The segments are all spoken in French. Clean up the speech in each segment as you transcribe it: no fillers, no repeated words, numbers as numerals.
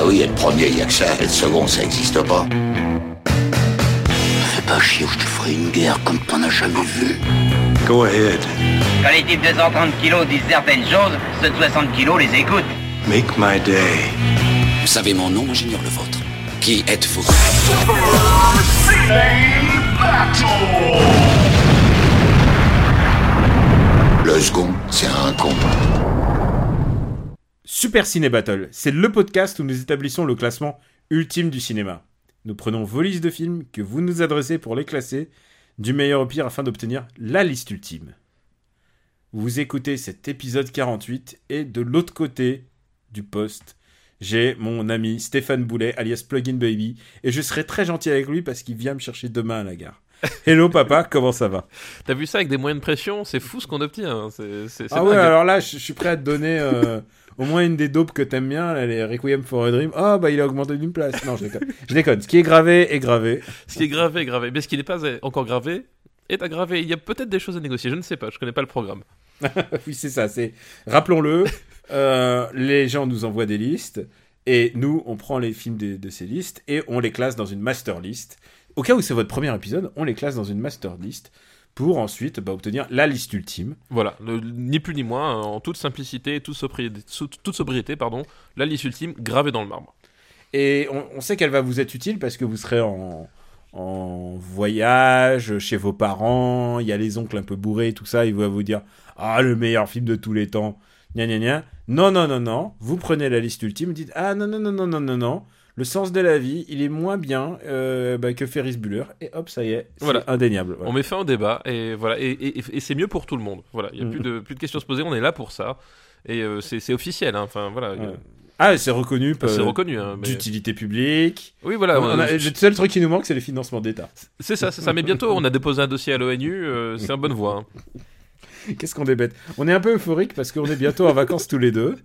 oui, être premier, il y a que ça. Être second, ça existe pas. Fais pas chier ou je te ferai une guerre comme t'en as jamais vu. Go ahead. Quand les types de 130 kilos disent certaines choses, ceux de 60 kilos les écoutent. Make my day. Vous savez mon nom, j'ignore le vôtre. Qui êtes-vous? Le second, c'est un con. Super Ciné Battle, c'est le podcast où nous établissons le classement ultime du cinéma. Nous prenons vos listes de films que vous nous adressez pour les classer, du meilleur au pire afin d'obtenir la liste ultime. Vous écoutez cet épisode 48 et de l'autre côté du poste, j'ai mon ami Stéphane Boulet, alias Plugin Baby, et je serai très gentil avec lui parce qu'il vient me chercher demain à la gare. Hello papa, comment ça va? T'as vu ça avec des moyens de pression? C'est fou ce qu'on obtient. C'est ah dingue. Ouais, alors là, je suis prêt à te donner au moins une des dopes que t'aimes bien, là, les Requiem for a Dream. Oh, bah il a augmenté d'une place. Non, je déconne. Je déconne. Ce qui est gravé est gravé. Ce qui est gravé est gravé. Mais ce qui n'est pas encore gravé est aggravé. Il y a peut-être des choses à négocier. Je ne sais pas. Je connais pas le programme. Oui, c'est ça. Rappelons-le, les gens nous envoient des listes et nous, on prend les films de ces listes et on les classe dans une master list. Au cas où c'est votre premier épisode, on les classe dans une master list pour ensuite obtenir la liste ultime. Voilà, ni plus ni moins, en toute simplicité, toute sobriété, la liste ultime gravée dans le marbre. Et on sait qu'elle va vous être utile parce que vous serez en voyage, chez vos parents, il y a les oncles un peu bourrés, tout ça, ils vont vous dire « Ah, le meilleur film de tous les temps !» Gna gna gna. Non, vous prenez la liste ultime, vous dites « Ah, non, le sens de la vie, il est moins bien que Ferris Bueller. » Et hop, ça y est, c'est voilà. Indéniable. Voilà. On met fin au débat, et voilà, et c'est mieux pour tout le monde. Voilà, il n'y a plus de questions à se poser, on est là pour ça. Et c'est officiel, hein. Enfin, voilà. Ah, c'est reconnu. C'est reconnu, hein, mais... d'utilité publique. Oui, voilà. Le seul truc qui nous manque, c'est les financements d'État. C'est ça. Mais bientôt, on a déposé un dossier à l'ONU, c'est en bonne voie. Hein. Qu'est-ce qu'on est bête. On est un peu euphorique parce qu'on est bientôt en vacances tous les deux.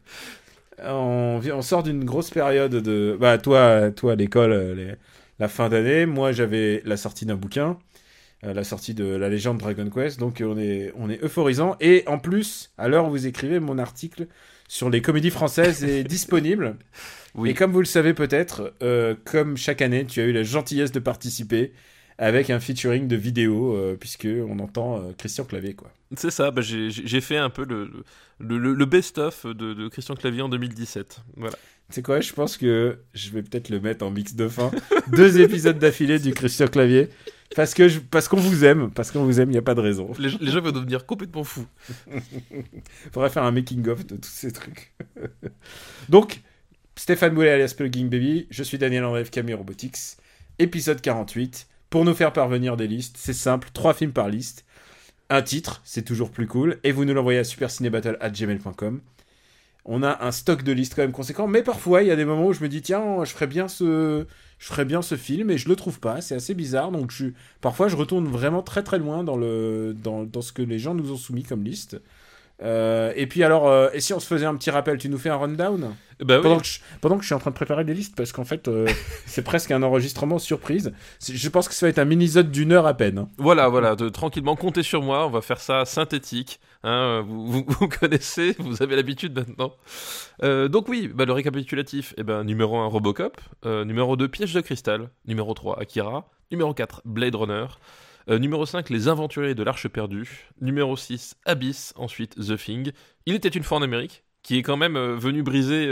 On sort d'une grosse période de... Bah, toi à l'école, la fin d'année. Moi, j'avais la sortie d'un bouquin, la sortie de La Légende Dragon Quest. Donc, on est euphorisant. Et en plus, à l'heure où vous écrivez, mon article sur les comédies françaises est disponible. Oui. Et comme vous le savez peut-être, comme chaque année, tu as eu la gentillesse de participer avec un featuring de vidéo, puisque on entend Christian Clavier, quoi. C'est ça, j'ai fait un peu le best-of de Christian Clavier en 2017. Voilà. Tu sais quoi, je pense que je vais peut-être le mettre en mix de fin. 2 épisodes d'affilée du Christian Clavier. Parce qu'on vous aime, il n'y a pas de raison. Les gens vont devenir complètement fous. Faudrait faire un making-of de tous ces trucs. Donc, Stéphane Boulet alias Plugin Baby, je suis Daniel André Camille Robotics, épisode 48. Pour nous faire parvenir des listes, c'est simple, 3 films par liste, un titre, c'est toujours plus cool, et vous nous l'envoyez à supercinébattle@gmail.com. On a un stock de listes quand même conséquent, mais parfois il y a des moments où je me dis tiens, je ferais bien ce film et je le trouve pas, c'est assez bizarre, donc parfois je retourne vraiment très très loin dans ce que les gens nous ont soumis comme liste. Et puis alors, et si on se faisait un petit rappel, tu nous fais un rundown pendant que je suis en train de préparer des listes, parce qu'en fait c'est presque un enregistrement surprise. Je pense que ça va être un mini-zode d'1 heure à peine, hein. Voilà, tranquillement, comptez sur moi, on va faire ça synthétique, hein, vous connaissez, vous avez l'habitude maintenant. Donc oui, le récapitulatif, numéro 1 Robocop, numéro 2 Piège de cristal, numéro 3 Akira, numéro 4 Blade Runner, numéro 5, Les Aventuriers de l'Arche perdue. Numéro 6, Abyss. Ensuite, The Thing. Il était une fois en Amérique, qui est quand même venu briser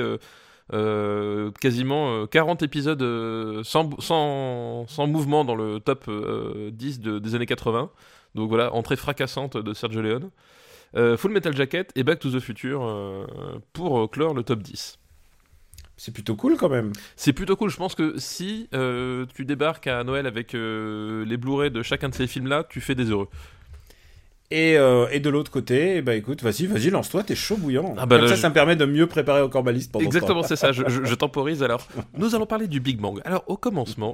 quasiment 40 épisodes sans mouvement dans le top 10 des années 80. Donc voilà, entrée fracassante de Sergio Leone. Full Metal Jacket et Back to the Future pour clore le top 10. C'est plutôt cool quand même. C'est plutôt cool. Je pense que si tu débarques à Noël avec les Blu-ray de chacun de ces films-là, tu fais des heureux. Et de l'autre côté, écoute, vas-y, lance-toi, t'es chaud bouillant. Comme ça me permet de mieux préparer encore ma liste pendant Exactement, c'est ça, je temporise. Alors, nous allons parler du Big Bang. Alors, au commencement...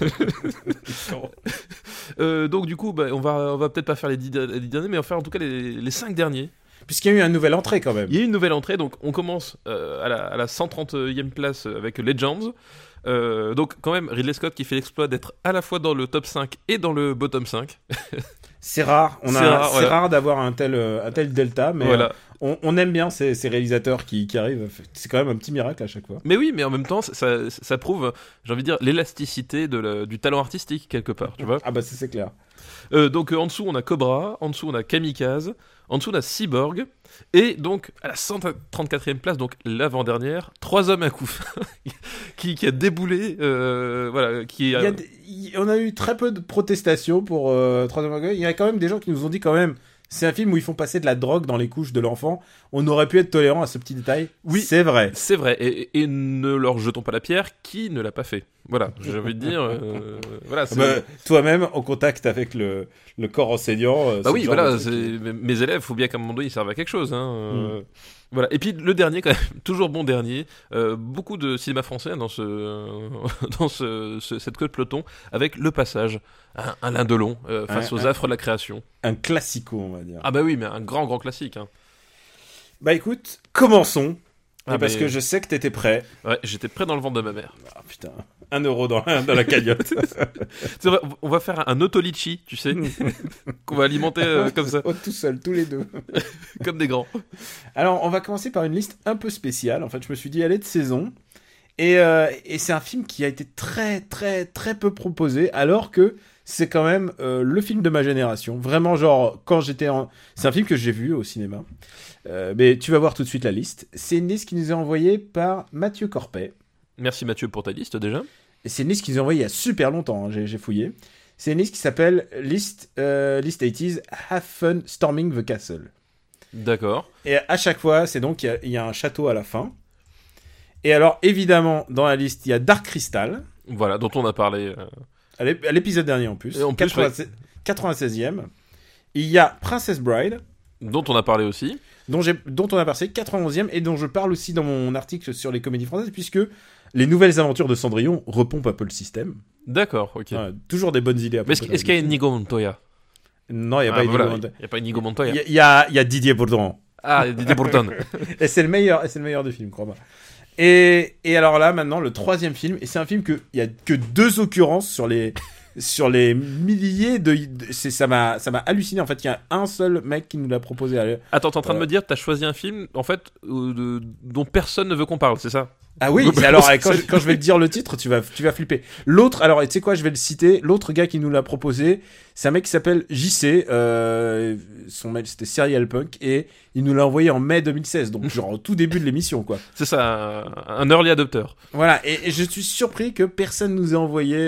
donc du coup, on va peut-être pas faire les 10 derniers, mais on va faire en tout cas les 5 derniers. Puisqu'il y a eu une nouvelle entrée quand même. Il y a eu une nouvelle entrée, donc on commence à la 130e place avec Legends. Donc quand même, Ridley Scott qui fait l'exploit d'être à la fois dans le top 5 et dans le bottom 5. C'est rare. C'est rare, c'est voilà. rare d'avoir un tel delta, mais Voilà. on aime bien ces réalisateurs qui arrivent. C'est quand même un petit miracle à chaque fois. Mais oui, mais en même temps, ça prouve, j'ai envie de dire, l'élasticité du talent artistique, quelque part, tu vois. Ah bah ça, c'est clair. Donc en dessous, on a Cobra, en dessous, on a Kamikaze, en dessous, on a Cyborg, et donc, à la 134e place, donc l'avant-dernière, 3 hommes à coup qui a déboulé, voilà, On a eu très peu de protestations pour Troisième Orgueil. Il y a quand même des gens qui nous ont dit quand même, c'est un film où ils font passer de la drogue dans les couches de l'enfant. On aurait pu être tolérant à ce petit détail. Oui, c'est vrai. C'est vrai, et ne leur jetons pas la pierre, qui ne l'a pas fait. Voilà, j'ai envie de dire, voilà. Toi-même, en contact avec le corps enseignant. Bah oui, voilà, mes élèves, faut bien qu'à un moment donné, ils servent à quelque chose. Hein, Voilà. Et puis le dernier, quand même, toujours bon dernier. Beaucoup de cinéma français dans cette queue de peloton, avec Le Passage, un Alain Delon face aux affres de la création. Un classico, on va dire. Ah bah oui, mais un grand classique. Hein. Bah écoute, commençons. Parce que je sais que t'étais prêt. Ouais, j'étais prêt dans le ventre de ma mère. Ah putain, 1 euro dans la cagnotte. C'est vrai, on va faire un autolitchi, tu sais, qu'on va alimenter comme ça. Oh, tout seul, tous les deux. Comme des grands. Alors, on va commencer par une liste un peu spéciale. En fait, je me suis dit, elle est de saison. Et c'est un film qui a été très, très, très peu proposé, alors que c'est quand même le film de ma génération. Vraiment, genre, c'est un film que j'ai vu au cinéma. Mais tu vas voir tout de suite la liste. C'est une liste qui nous est envoyée par Mathieu Corpet. Merci Mathieu pour ta liste déjà. Et c'est une liste qui nous a envoyée il y a super longtemps, hein, j'ai fouillé. C'est une liste qui s'appelle List 80s Have Fun Storming the Castle. D'accord. Et à chaque fois, c'est donc, il y a un château à la fin. Et alors, évidemment, dans la liste, il y a Dark Crystal. Voilà, dont on a parlé. À l'épisode dernier en plus. Et en plus 96e. Il y a Princess Bride. Dont on a parlé aussi. Dont on a passé 91e et dont je parle aussi dans mon article sur les comédies françaises, puisque les nouvelles aventures de Cendrillon repompent un peu le système. D'accord, ok. Toujours des bonnes idées. Mais est-ce qu'il y a Inigo Montoya? Non, il n'y a pas Inigo Montoya. Il n'y a pas Inigo Montoya. Il y a Didier Bourdon. Ah, Didier Bourdon. Et c'est le meilleur du film, crois-moi. Et alors là, maintenant, le 3e film, et c'est un film il n'y a que 2 occurrences sur les milliers ça m'a halluciné. En fait, il y a un seul mec qui nous l'a proposé. Attends, t'es en train de me dire, t'as choisi un film, en fait, dont personne ne veut qu'on parle, c'est ça? Ah oui, alors quand je vais te dire le titre, tu vas flipper. L'autre, alors tu sais quoi, je vais le citer. L'autre gars qui nous l'a proposé, c'est un mec qui s'appelle JC. Son mail c'était Serial Punk et il nous l'a envoyé en mai 2016, donc genre au tout début de l'émission quoi. C'est ça, un early adopter. Voilà, et je suis surpris que personne nous ait envoyé,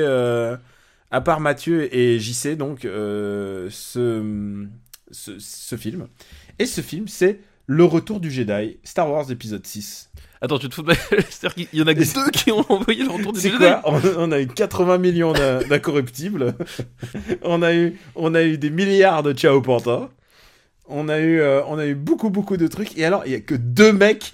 à part Mathieu et JC, donc ce film. Et ce film, c'est Le Retour du Jedi, Star Wars épisode 6. Attends, tu te fous de ma... C'est-à-dire qu'il y en a que 2 qui ont envoyé Le Retour du Jedi. C'est quoi ? On a eu 80 millions d'incorruptibles. on a eu des milliards de Ciao Panta. On a eu beaucoup de trucs. Et alors, il y a que 2 mecs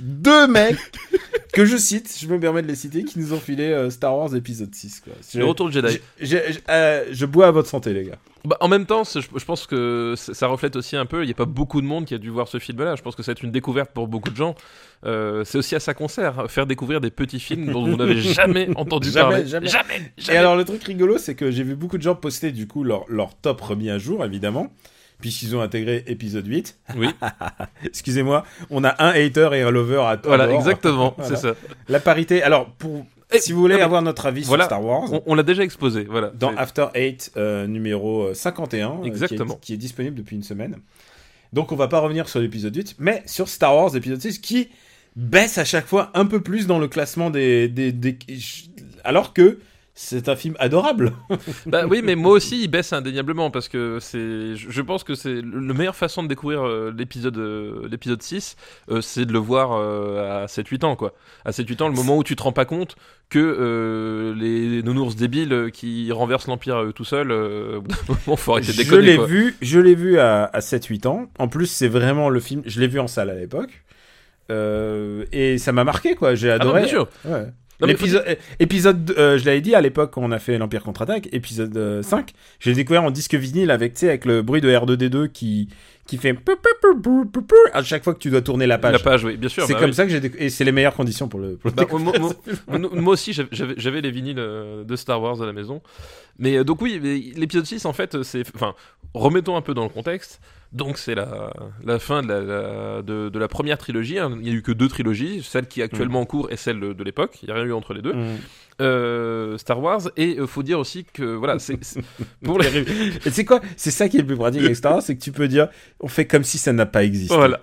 que je cite, je me permets de les citer, qui nous ont filé Star Wars épisode 6. Quoi. Le Retour du Jedi. Je bois à votre santé, les gars. Bah, en même temps, je pense que ça reflète aussi un peu, il n'y a pas beaucoup de monde qui a dû voir ce film-là, je pense que c'est une découverte pour beaucoup de gens. C'est aussi à ça qu'on sert, faire découvrir des petits films dont vous n'avez jamais entendu parler. Jamais. Et alors le truc rigolo, c'est que j'ai vu beaucoup de gens poster du coup leur top remis à jour, évidemment, puisqu'ils ont intégré épisode 8. Oui. Excusez-moi, on a un hater et un lover à toi. Voilà, exactement, voilà. C'est ça. La parité, alors si vous voulez avoir notre avis sur Star Wars, on l'a déjà exposé, voilà. Dans After 8, numéro 51, exactement. Qui est disponible depuis une semaine. Donc on va pas revenir sur l'épisode 8, mais sur Star Wars épisode 6, qui baisse à chaque fois un peu plus dans le classement alors que c'est un film adorable. Bah oui, mais moi aussi, il baisse indéniablement parce que je pense que c'est la meilleure façon de découvrir l'épisode 6, c'est de le voir à 7-8 ans, quoi. À 7-8 ans, le moment où tu te rends pas compte que les nounours débiles qui renversent l'Empire tout seuls, au bout d'un moment, faut arrêter de déconner, quoi. Je l'ai vu à 7-8 ans. En plus, c'est vraiment le film, je l'ai vu en salle à l'époque. Et ça m'a marqué, quoi. J'ai adoré. Ah non, bien sûr. Ouais. Épisode je l'avais dit à l'époque quand on a fait l'Empire contre-attaque, épisode 5, j'ai découvert en disque vinyle avec le bruit de R2D2 qui qui fait à chaque fois que tu dois tourner la page. La page, oui, bien sûr. C'est comme ça que et c'est les meilleures conditions pour le moi aussi, j'avais les vinyles de Star Wars à la maison. Mais donc oui, l'épisode 6, en fait, remettons un peu dans le contexte. Donc c'est la fin de la première trilogie. Hein. Il n'y a eu que 2 trilogies, celle qui est actuellement en cours et celle de l'époque. Il n'y a rien eu entre les deux. Star Wars, et faut dire aussi que voilà, c'est pour les... Et c'est quoi, c'est ça qui est le plus pratique avec Star Wars, c'est que tu peux dire on fait comme si ça n'a pas existé. Voilà.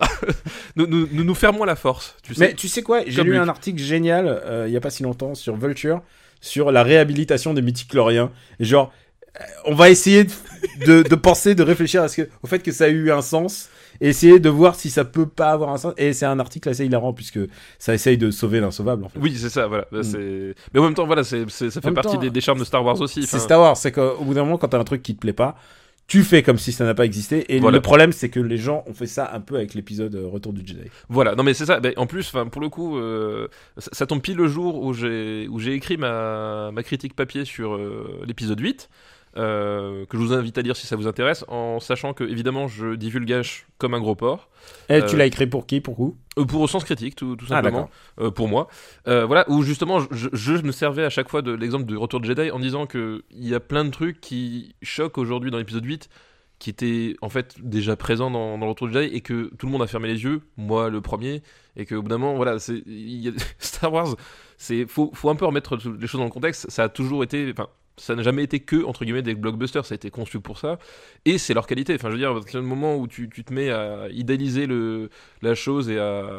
nous fermons la force, tu sais. Mais tu sais quoi, j'ai lu un article génial il y a pas si longtemps sur Vulture sur la réhabilitation des mytho-chloriens, et genre on va essayer de penser, de réfléchir au fait que ça a eu un sens, et essayer de voir si ça peut pas avoir un sens. Et c'est un article assez hilarant puisque ça essaye de sauver l'insauvable, en fait. Oui, c'est ça, voilà. Mais en même temps, voilà, ça fait partie des charmes de Star Wars aussi. C'est Star Wars, c'est qu'au bout d'un moment, quand t'as un truc qui te plaît pas, tu fais comme si ça n'a pas existé. Et voilà. Le problème, c'est que les gens ont fait ça un peu avec l'épisode Retour du Jedi. Voilà, non mais c'est ça. En plus, pour le coup, ça tombe pile le jour où j'ai écrit ma critique papier sur l'épisode 8. Que je vous invite à lire si ça vous intéresse, en sachant que évidemment je divulgage comme un gros porc. Et tu l'as écrit pour qui, pour où ? Pour Sens Critique, tout simplement. Pour moi. Voilà, où justement je me servais à chaque fois de l'exemple de Retour de Jedi en disant qu'il y a plein de trucs qui choquent aujourd'hui dans l'épisode 8, qui étaient en fait déjà présents dans le Retour de Jedi, et que tout le monde a fermé les yeux, moi le premier, et qu'au bout d'un moment, voilà, Star Wars, faut un peu remettre les choses dans le contexte. Ça a toujours été... ça n'a jamais été que, entre guillemets, des blockbusters, ça a été conçu pour ça, et c'est leur qualité. Enfin, je veux dire, à le moment où tu te mets à idéaliser la chose et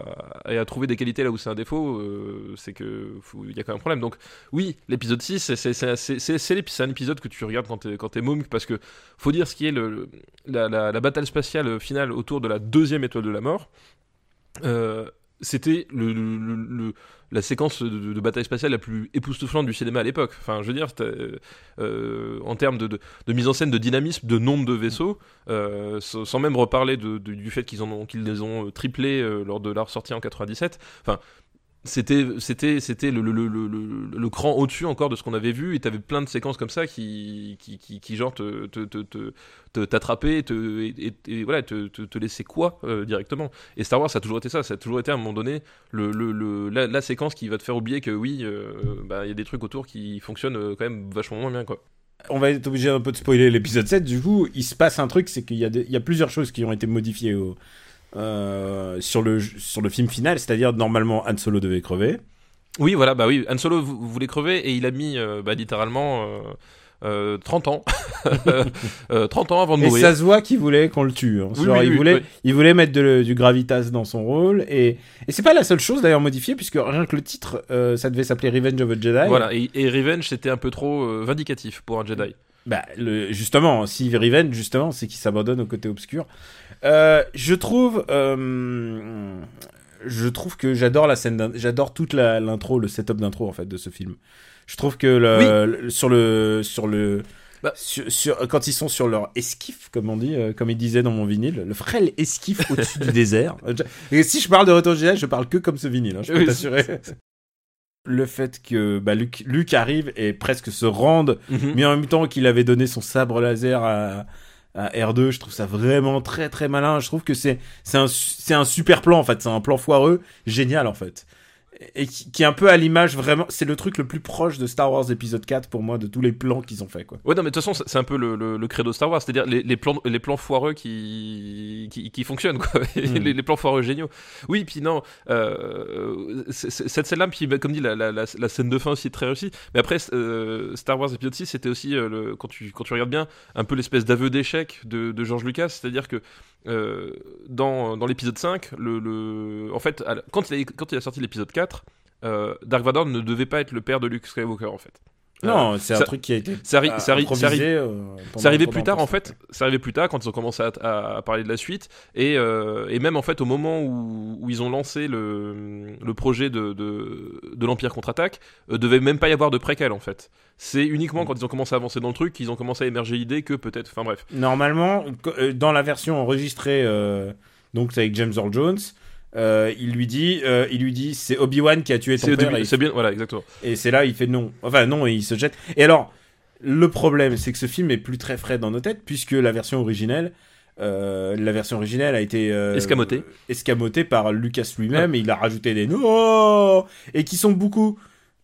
à trouver des qualités là où c'est un défaut, c'est que il y a quand même un problème. Donc oui, l'épisode 6, c'est un épisode que tu regardes quand t'es môme, parce que faut dire ce qui est la bataille spatiale finale autour de la 2e étoile de la mort. C'était la séquence de bataille spatiale la plus époustouflante du cinéma à l'époque. Enfin, je veux dire, en termes de mise en scène, de dynamisme, de nombre de vaisseaux, sans même reparler du fait qu'ils les ont triplés lors de leur sortie en 97. Enfin, c'était le cran au-dessus encore de ce qu'on avait vu, et t'avais plein de séquences comme ça qui genre t'attraper et voilà, te laisser directement. Et Star Wars, ça a toujours été ça, ça a toujours été à un moment donné la séquence qui va te faire oublier que oui, y a des trucs autour qui fonctionnent quand même vachement moins bien, quoi. On va être obligé un peu de spoiler l'épisode 7, du coup il se passe un truc, c'est qu'il y a plusieurs choses qui ont été modifiées sur le film final, c'est-à-dire normalement Han Solo devait crever. Oui, voilà, oui, Han Solo voulait crever, et il a mis littéralement 30 ans 30 ans avant de mourir. Et ça se voit qu'il voulait qu'on le tue, hein. Il voulait mettre du gravitas dans son rôle, et c'est pas la seule chose d'ailleurs modifiée, puisque rien que le titre ça devait s'appeler Revenge of a Jedi. Voilà, et Revenge c'était un peu trop vindicatif pour un Jedi. Justement, si Revenge, justement, c'est qu'il s'abandonne au côté obscur. Je trouve que j'adore la scène j'adore toute l'intro, le setup d'intro en fait de ce film. Je trouve que quand ils sont sur leur esquif, comme on dit, comme ils disaient dans mon vinyle, le frêle esquif au-dessus du désert. Et si je parle de Retour de Jedi, je parle que comme ce vinyle, hein, je peux t'assurer. Le fait que Luke arrive et presque se rende, mais en même temps qu'il avait donné son sabre laser à R2, je trouve ça vraiment très très malin. Je trouve que c'est un super plan en fait, c'est un plan foireux, génial en fait. Et qui est un peu à l'image, vraiment, c'est le truc le plus proche de Star Wars épisode 4 pour moi, de tous les plans qu'ils ont fait, quoi. Ouais, non, mais de toute façon, c'est un peu le credo Star Wars, c'est-à-dire les plans foireux qui fonctionnent, quoi. Les plans foireux géniaux. Oui, puis non, cette scène-là, puis comme dit, la scène de fin aussi est très réussie. Mais après, Star Wars épisode 6, c'était aussi, quand tu regardes bien, un peu l'espèce d'aveu d'échec de George Lucas, c'est-à-dire que dans l'épisode 5, en fait, quand il a sorti l'épisode 4, Dark Vador ne devait pas être le père de Luke Skywalker, en fait. Non, c'est un truc qui a été improvisé. Ça arrivait plus tard, en fait. Ça arrivait plus tard quand ils ont commencé à parler de la suite, et même en fait au moment où ils ont lancé le projet de l'Empire contre-attaque, devait même pas y avoir de préquel en fait. C'est uniquement quand ils ont commencé à avancer dans le truc qu'ils ont commencé à émerger l'idée que peut-être. Enfin bref. Normalement, dans la version enregistrée, donc avec James Earl Jones. Il lui dit c'est Obi-Wan qui a tué ton père. C'est bien, voilà, exactement. Et c'est là il fait non. Enfin non, et il se jette. Et alors, le problème, c'est que ce film est plus très frais dans nos têtes, puisque la version originelle, la version originale a été escamotée par Lucas lui-même, et il a rajouté des no et qui sont beaucoup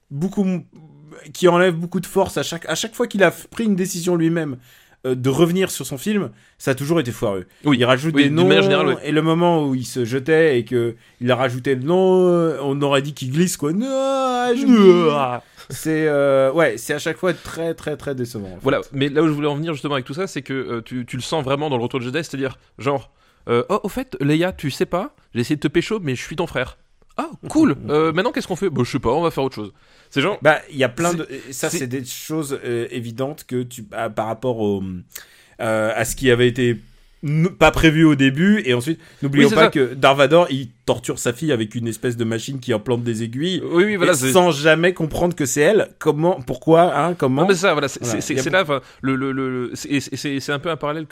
qui enlèvent beaucoup de force à chaque fois qu'il a pris une décision lui-même de revenir sur son film, ça a toujours été foireux. Oui. Il rajoute Oui, des d'une noms, manière générale, oui. et le moment où il se jetait et que il a rajouté le nom, on aurait dit qu'il glisse quoi. Non, c'est c'est à chaque fois très très très décevant. En fait. Voilà, mais là où je voulais en venir justement avec tout ça, c'est que tu le sens vraiment dans le Retour de Jedi, c'est-à-dire genre oh au fait Leia, tu sais pas, j'ai essayé de te pécho mais je suis ton frère. Ah cool. Maintenant qu'est-ce qu'on fait? Bah je sais pas, on va faire autre chose. C'est genre il y a plein de ça c'est des choses évidentes que par rapport à ce qui avait été pas prévu au début, et ensuite n'oublions pas que Darth Vader il torture sa fille avec une espèce de machine qui implante des aiguilles, voilà, sans jamais comprendre que c'est elle, comment. Non mais ça voilà, c'est là c'est un peu un parallèle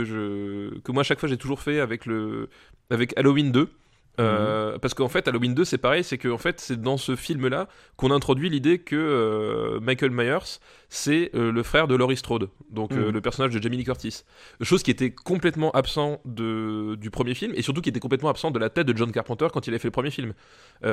que moi à chaque fois j'ai toujours fait avec Halloween 2. Parce qu'en fait Halloween 2 c'est pareil, c'est que en fait c'est dans ce film là qu'on introduit l'idée que Michael Myers c'est le frère de Laurie Strode, donc le personnage de Jamie Lee Curtis, chose qui était complètement absent du premier film, et surtout qui était complètement absent de la tête de John Carpenter quand il a fait le premier film,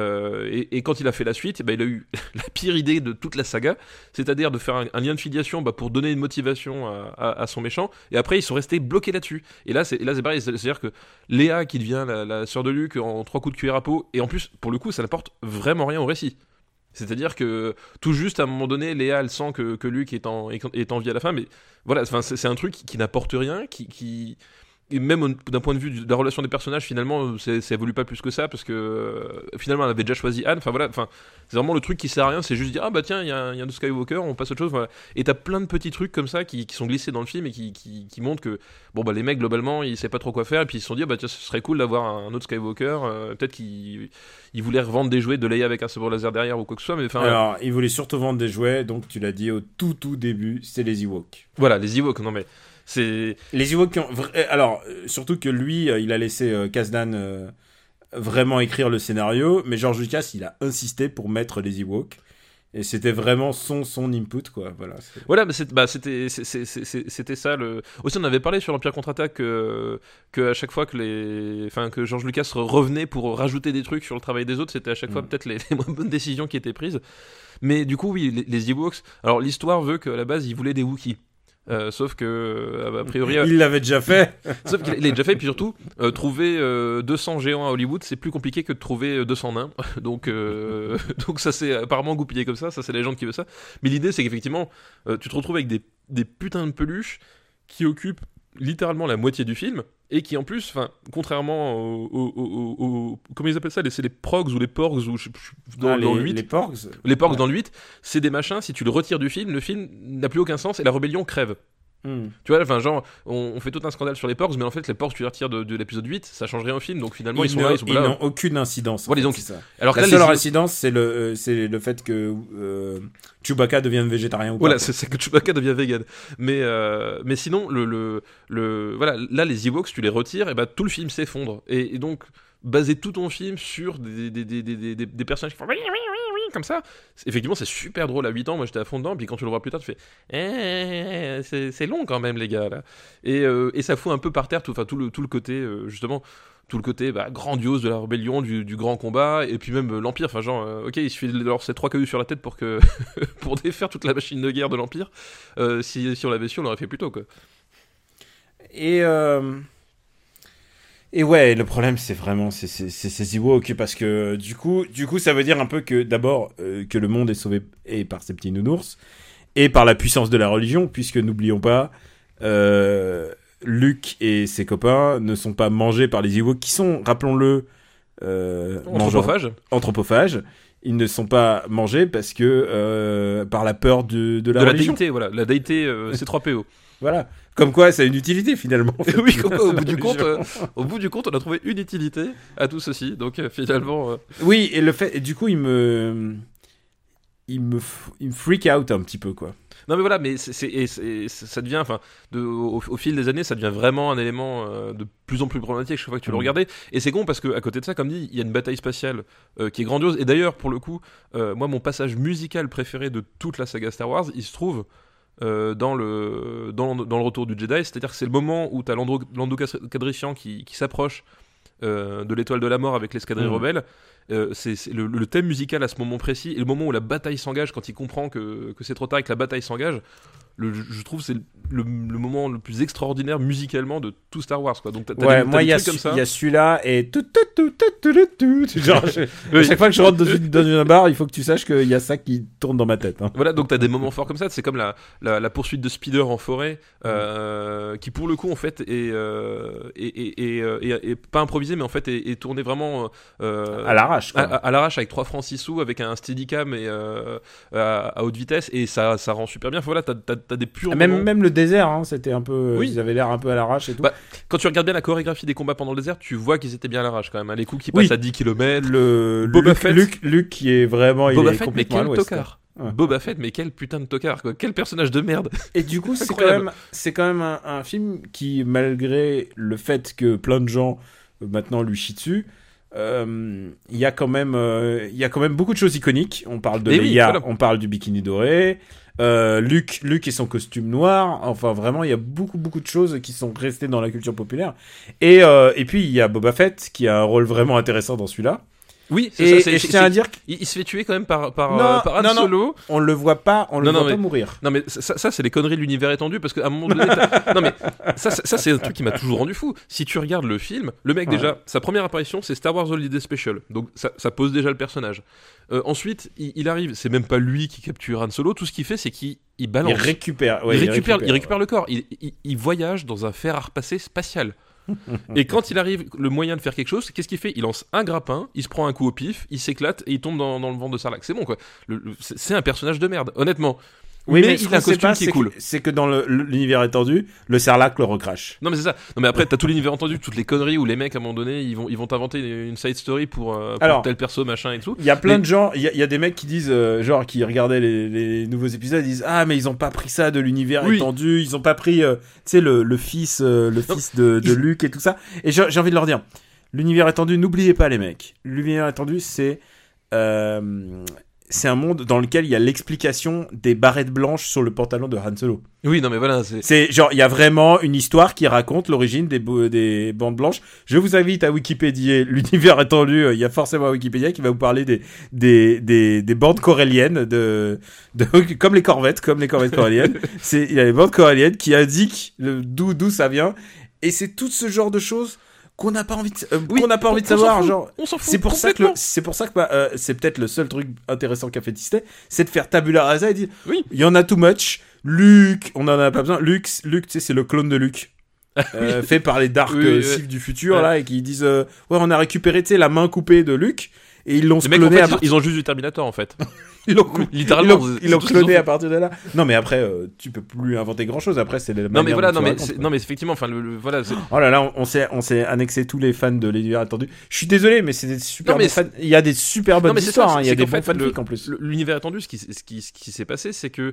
et quand il a fait la suite, il a eu la pire idée de toute la saga, c'est-à-dire de faire un lien de filiation pour donner une motivation à son méchant, et après ils sont restés bloqués là-dessus, et là c'est pareil, c'est-à-dire que Léa qui devient la sœur de Luke en 3 coups de cuillère à peau, et en plus pour le coup ça n'apporte vraiment rien au récit. C'est-à-dire que tout juste à un moment donné, Léa elle sent que Luke est en vie à la fin, mais voilà, c'est un truc qui n'apporte rien, et même d'un point de vue de la relation des personnages, finalement ça évolue pas plus que ça, parce que finalement elle avait déjà choisi Anne, c'est vraiment le truc qui sert à rien, c'est juste dire ah bah tiens il y a un Skywalker, on passe à autre chose, voilà. Et t'as plein de petits trucs comme ça qui sont glissés dans le film et qui montrent que les mecs globalement ils savaient pas trop quoi faire, et puis ils se sont dit bah tiens ce serait cool d'avoir un autre Skywalker, peut-être qu'ils voulaient revendre des jouets de Leia avec un sabre laser derrière ou quoi que ce soit, mais alors ils voulaient surtout vendre des jouets, donc tu l'as dit au tout début, c'est les Ewoks. Voilà, les Ewoks, non mais c'est les Ewoks qui ont alors surtout que lui il a laissé Kasdan vraiment écrire le scénario, mais George Lucas il a insisté pour mettre les Ewoks, et c'était vraiment son input quoi. Voilà, mais c'était ça aussi on avait parlé sur l'Empire contre-attaque que à chaque fois que George Lucas revenait pour rajouter des trucs sur le travail des autres, c'était à chaque fois peut-être les moins bonnes décisions qui étaient prises, mais du coup oui les Ewoks, alors l'histoire veut qu'à la base ils voulaient des Wookiees. Sauf que a priori il l'avait déjà fait. Sauf qu'il l'a déjà fait, et puis surtout trouver 200 géants à Hollywood c'est plus compliqué que de trouver 200 nains. Donc ça c'est apparemment goupillé comme ça c'est la légende qui veut ça, mais l'idée c'est qu'effectivement tu te retrouves avec des putains de peluches qui occupent littéralement la moitié du film, et qui en plus, contrairement aux comment ils appellent ça, c'est les progs ou les porgs ou dans le 8. Les porgs dans le 8, c'est des machins, si tu le retires du film, le film n'a plus aucun sens et la rébellion crève. Tu vois, genre on fait tout un scandale sur les porgs, mais en fait les porgs tu les retires de l'épisode 8, ça change rien au film, donc finalement ils n'ont aucune incidence. Voilà, donc ça. Alors la seule incidence c'est le fait que Chewbacca devienne végétarien ou pas. Voilà, c'est que Chewbacca devient vegan. Mais sinon voilà, là les Ewoks tu les retires, et tout le film s'effondre, et donc baser tout ton film sur des personnages qui font oui comme ça, effectivement c'est super drôle à 8 ans, moi j'étais à fond dedans, puis quand tu le vois plus tard tu fais c'est long quand même les gars là, et ça fout un peu par terre tout le côté justement tout le côté grandiose de la rébellion, du grand combat, et puis même l'Empire, ok il suffit de leur ces 3 cailloux sur la tête pour défaire toute la machine de guerre de l'Empire, si on l'avait su on l'aurait fait plus tôt quoi. Et ouais, le problème c'est vraiment ces Ewoks, parce que du coup ça veut dire un peu que d'abord que le monde est sauvé et par ces petits nounours et par la puissance de la religion, puisque n'oublions pas Luke et ses copains ne sont pas mangés par les Ewoks qui sont, rappelons-le, anthropophages. Ils ne sont pas mangés parce que par la peur de la religion. Déité, voilà, la déité C3PO. Voilà. Comme quoi, ça a une utilité finalement. En fait. Oui, comme quoi, au bout du compte, on a trouvé une utilité à tout ceci. Donc finalement. Oui, et le fait, et du coup, il me freak out un petit peu quoi. Non mais voilà, mais ça devient, au fil des années, ça devient vraiment un élément de plus en plus problématique chaque fois que tu le regardais. Et c'est con parce que à côté de ça, comme dit, il y a une bataille spatiale qui est grandiose. Et d'ailleurs, pour le coup, moi, mon passage musical préféré de toute la saga Star Wars, il se trouve dans le retour du Jedi, c'est-à-dire que c'est le moment où t'as Lando Calrissian qui s'approche de l'étoile de la mort avec l'escadrille rebelle. C'est le thème musical à ce moment précis, et le moment où la bataille s'engage, quand il comprend que c'est trop tard et que la bataille s'engage, je trouve que c'est le moment le plus extraordinaire musicalement de tout Star Wars, quoi. Donc t'as moi il y a celui-là et genre à chaque fois que je rentre dans une barre, il faut que tu saches qu'il y a ça qui tourne dans ma tête, hein. Voilà, donc t'as des moments forts comme ça. C'est comme la poursuite de Speeder en forêt, qui pour le coup en fait est pas improvisé, mais en fait est tourné vraiment à l'arrache, quoi. À l'arrache, avec 3 francs 6 sous, avec un steadicam et à haute vitesse, et ça rend super bien. Enfin, voilà, t'as des purs moments. Même le désert, hein, c'était un peu, ils avaient l'air un peu à l'arrache et tout. Quand tu regardes bien la chorégraphie des combats pendant le désert, tu vois qu'ils étaient bien à l'arrache quand même, hein. Les coups qui passent à 10 km. Boba Fett, Luke qui est vraiment, Boba il est Fett, complètement mais quel à l'ouest, tocard. Ouais. Boba Fett, mais quel putain de tocard, quoi. Quel personnage de merde. Et du coup, c'est quand même un film qui, malgré le fait que plein de gens maintenant lui chient dessus, il y a quand même beaucoup de choses iconiques. On parle de Leia, on parle du bikini doré, Luke et son costume noir. Enfin, vraiment, il y a beaucoup de choses qui sont restées dans la culture populaire. Et puis il y a Boba Fett qui a un rôle vraiment intéressant dans celui-là. Oui, et je tiens à dire qu'il se fait tuer quand même par Han Solo. Non, on le voit pas, pas mourir. Non mais ça c'est les conneries de l'univers étendu, parce qu'à un moment donné non mais ça c'est un truc qui m'a toujours rendu fou. Si tu regardes le film, le mec déjà, sa première apparition c'est Star Wars Holiday Special, donc ça pose déjà le personnage. Ensuite il arrive, c'est même pas lui qui capture Han Solo, tout ce qu'il fait c'est qu'il balance. Il récupère le corps, il voyage dans un fer à repasser spatial. Et quand il arrive le moyen de faire quelque chose, qu'est-ce qu'il fait ? Il lance un grappin, il se prend un coup au pif, il s'éclate et il tombe dans le ventre de Sarlacc. C'est bon, quoi. C'est un personnage de merde, honnêtement. Oui, mais il a un costume qui est cool. C'est que dans l'univers étendu, le Sarlacc le recrache. Non mais c'est ça. Non mais après t'as tout l'univers étendu, toutes les conneries où les mecs à un moment donné ils vont t'inventer une side story pour tel perso machin et tout. Il y a plein de gens, il y a des mecs qui disent genre qui regardaient les nouveaux épisodes, ils disent mais ils ont pas pris ça de l'univers étendu, ils ont pas pris tu sais le fils de Luke et tout ça. Et j'ai envie de leur dire, l'univers étendu, n'oubliez pas les mecs. L'univers étendu c'est un monde dans lequel il y a l'explication des barrettes blanches sur le pantalon de Han Solo. Oui, non mais voilà, c'est genre il y a vraiment une histoire qui raconte l'origine des bandes blanches. Je vous invite à Wikipédier l'univers étendu. Il y a forcément un Wikipédia qui va vous parler des bandes corelliennes comme les corvettes corelliennes. Il y a les bandes corelliennes qui indiquent d'où ça vient, et c'est tout ce genre de choses qu'on n'a pas envie de savoir, genre. On s'en fout. C'est pour ça que c'est peut-être le seul truc intéressant qu'a fait Disney, c'est de faire tabula rasa et dire il y en a too much. Luke, on en a pas besoin. Luke, tu sais, c'est le clone de Luke. Fait par les Dark Sith du futur là, et qui disent on a récupéré, tu sais, la main coupée de Luke, et ils l'ont cloné. Ils ont juste du Terminator en fait. Ils l'ont cloné à partir de là. Non mais après tu peux plus inventer grand chose. Après c'est non mais effectivement, enfin voilà. Oh là là, on s'est annexé tous les fans de l'univers étendu. Je suis désolé, mais c'est des super bons fans. Il y a des super bonnes histoires, il y a des bons fanfics en plus. L'univers étendu, ce qui s'est passé, c'est que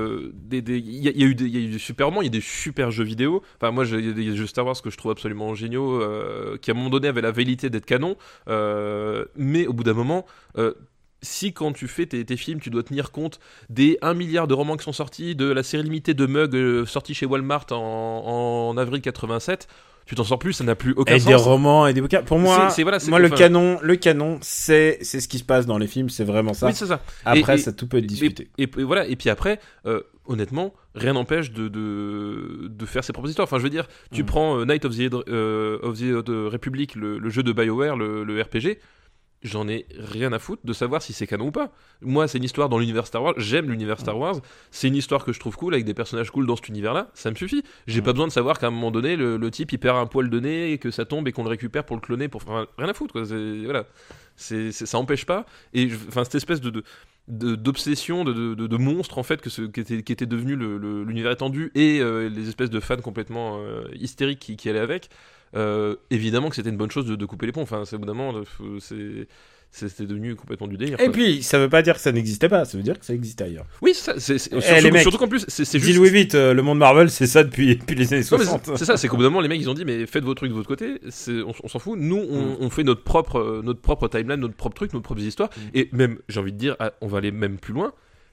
il y a eu des super romans, il y a des super jeux vidéo. Enfin moi il y a des jeux Star Wars que je trouve absolument géniaux, qui à un moment donné avaient la velléité d'être canon, mais au bout d'un moment si quand tu fais tes films, tu dois tenir compte des 1 milliard de romans qui sont sortis, de la série limitée de Mug sortie chez Walmart en avril 87, tu t'en sors plus, ça n'a plus aucun sens. Et des romans et des bouquins. Pour moi, le canon, c'est ce qui se passe dans les films, c'est vraiment ça. Oui, c'est ça. Après, ça tout peut être discuté. Et voilà. Et puis après, honnêtement, rien n'empêche de faire ses propres histoires. Enfin, je veux dire, tu prends Night of the Republic, le jeu de BioWare, le RPG. J'en ai rien à foutre de savoir si c'est canon ou pas. Moi, c'est une histoire dans l'univers Star Wars. J'aime l'univers Star Wars. C'est une histoire que je trouve cool, avec des personnages cool dans cet univers-là. Ça me suffit. J'ai pas besoin de savoir qu'à un moment donné, le type il perd un poil de nez et que ça tombe et qu'on le récupère pour le cloner. Enfin, rien à foutre, quoi. Voilà. Ça empêche pas. Et cette espèce d'obsession de monstre en fait qui était devenu l'univers étendu, et les espèces de fans complètement hystériques qui allaient avec. Évidemment que c'était une bonne chose de couper les ponts. Enfin, c'est évidemment, c'était devenu complètement du délire. Et puis, ça veut pas dire que ça n'existait pas, ça veut dire que ça existait ailleurs. Oui, surtout qu'en plus, c'est juste. Dis-le vite, le monde Marvel, c'est ça depuis les années 60. C'est ça, c'est qu'au bout d'un moment, les mecs, ils ont dit, mais faites vos trucs de votre côté, on s'en fout. Nous, on fait notre propre timeline, notre propre truc, nos propres histoires. Et même, j'ai envie de dire, on va aller même plus loin.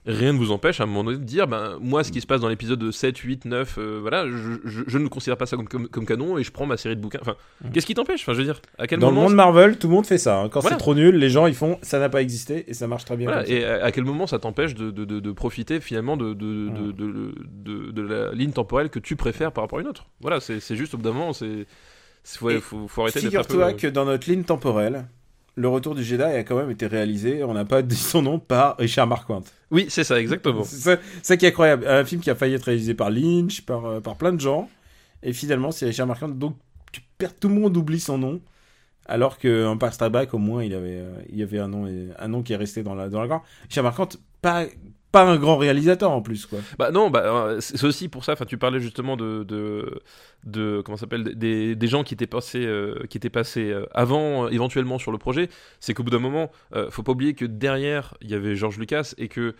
rien ne vous empêche à un moment donné de dire, moi, ce qui se passe dans l'épisode 7, 8, 9, voilà, je ne considère pas ça comme canon et je prends ma série de bouquins. Enfin, qu'est-ce qui t'empêche ? Enfin, je veux dire, à quel Dans moment... le monde Marvel, tout le monde fait ça. Hein. Quand Voilà. c'est trop nul, les gens ils font ça n'a pas existé et ça marche très bien. Voilà, comme ça. et à quel moment ça t'empêche de profiter finalement de la ligne temporelle que tu préfères par rapport à une autre ? Voilà, c'est juste au bout d'un moment, faut arrêter d'être un peu... Figure-toi que dans notre ligne temporelle, le Retour du Jedi a quand même été réalisé, on n'a pas dit son nom, par Richard Marquand. Oui, c'est ça, exactement. C'est ça qui est incroyable. Un film qui a failli être réalisé par Lynch, par plein de gens, et finalement c'est Richard Marquand. Donc tout le monde oublie son nom, alors qu'en Empire Strikes Back, au moins il y avait un nom qui est resté dans la gorge. Richard Marquand, pas un grand réalisateur en plus, quoi. Non, c'est aussi pour ça. Enfin, tu parlais justement de comment ça s'appelle, des gens qui étaient passés avant éventuellement sur le projet. C'est qu'au bout d'un moment, faut pas oublier que derrière il y avait George Lucas et que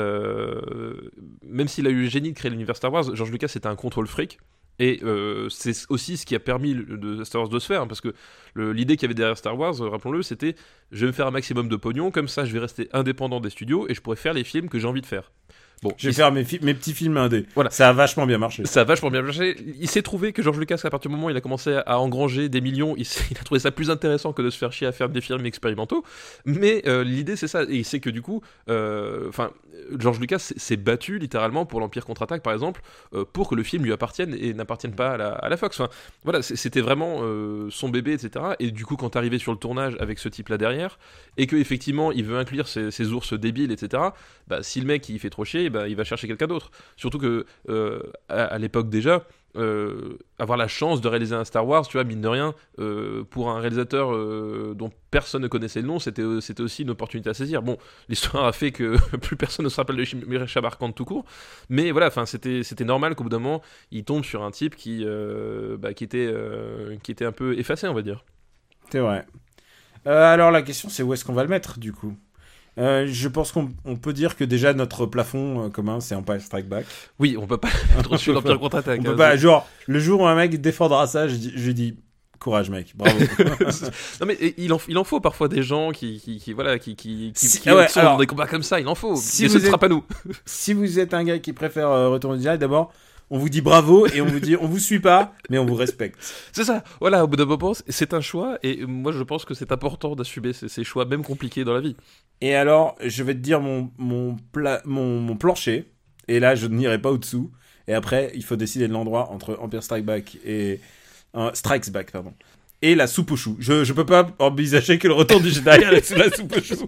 même s'il a eu le génie de créer l'univers Star Wars, George Lucas c'était un contrôle fric. Et c'est aussi ce qui a permis de Star Wars de se faire, hein, parce que l'idée qu'il y avait derrière Star Wars, rappelons-le, c'était je vais me faire un maximum de pognon, comme ça je vais rester indépendant des studios et je pourrai faire les films que j'ai envie de faire. Bon, je vais faire mes petits films indés. Voilà. Ça a vachement bien marché. Ça a vachement bien marché. Il s'est trouvé que George Lucas, à partir du moment où il a commencé à engranger des millions, il a trouvé ça plus intéressant que de se faire chier à faire des films expérimentaux. Mais l'idée, c'est ça. Et c'est que du coup, George Lucas s'est battu littéralement pour l'Empire contre-attaque, par exemple, pour que le film lui appartienne et n'appartienne pas à la Fox. Enfin, voilà, c'était vraiment son bébé, etc. Et du coup, quand t'arrivais sur le tournage avec ce type-là derrière, et qu'effectivement, il veut inclure ces ours débiles, etc., si le mec il fait trop chier, il va chercher quelqu'un d'autre. Surtout que à l'époque déjà, avoir la chance de réaliser un Star Wars, tu vois, mine de rien, pour un réalisateur dont personne ne connaissait le nom, c'était aussi une opportunité à saisir. Bon, l'histoire a fait que plus personne ne se rappelle de Richard Marquand tout court, mais voilà, enfin c'était normal qu'au bout d'un moment il tombe sur un type qui était un peu effacé, on va dire. C'est vrai. Alors la question c'est où est-ce qu'on va le mettre du coup ? Je pense qu'on peut dire que déjà notre plafond commun c'est Empire Strikes Back. Oui, on peut pas être au-dessus de l'Empire contre-attaque. On peut pas, genre le jour où un mec défendra ça, je dis courage mec, bravo. Non mais il en faut parfois des gens qui sont dans des combats comme ça, il en faut. Si mais ce ne sera pas nous. Si vous êtes un gars qui préfère retourner au Jedi, d'abord on vous dit bravo et on vous dit on vous suit pas mais on vous respecte. C'est ça, voilà, au bout d'un moment c'est un choix et moi je pense que c'est important d'assumer ces choix même compliqués dans la vie. Et alors je vais te dire mon plancher et là je n'irai pas au-dessous et après il faut décider de l'endroit entre Empire Strikes Back et et la soupe aux choux. Je peux pas envisager que le retour du Jedi est sous la soupe aux choux.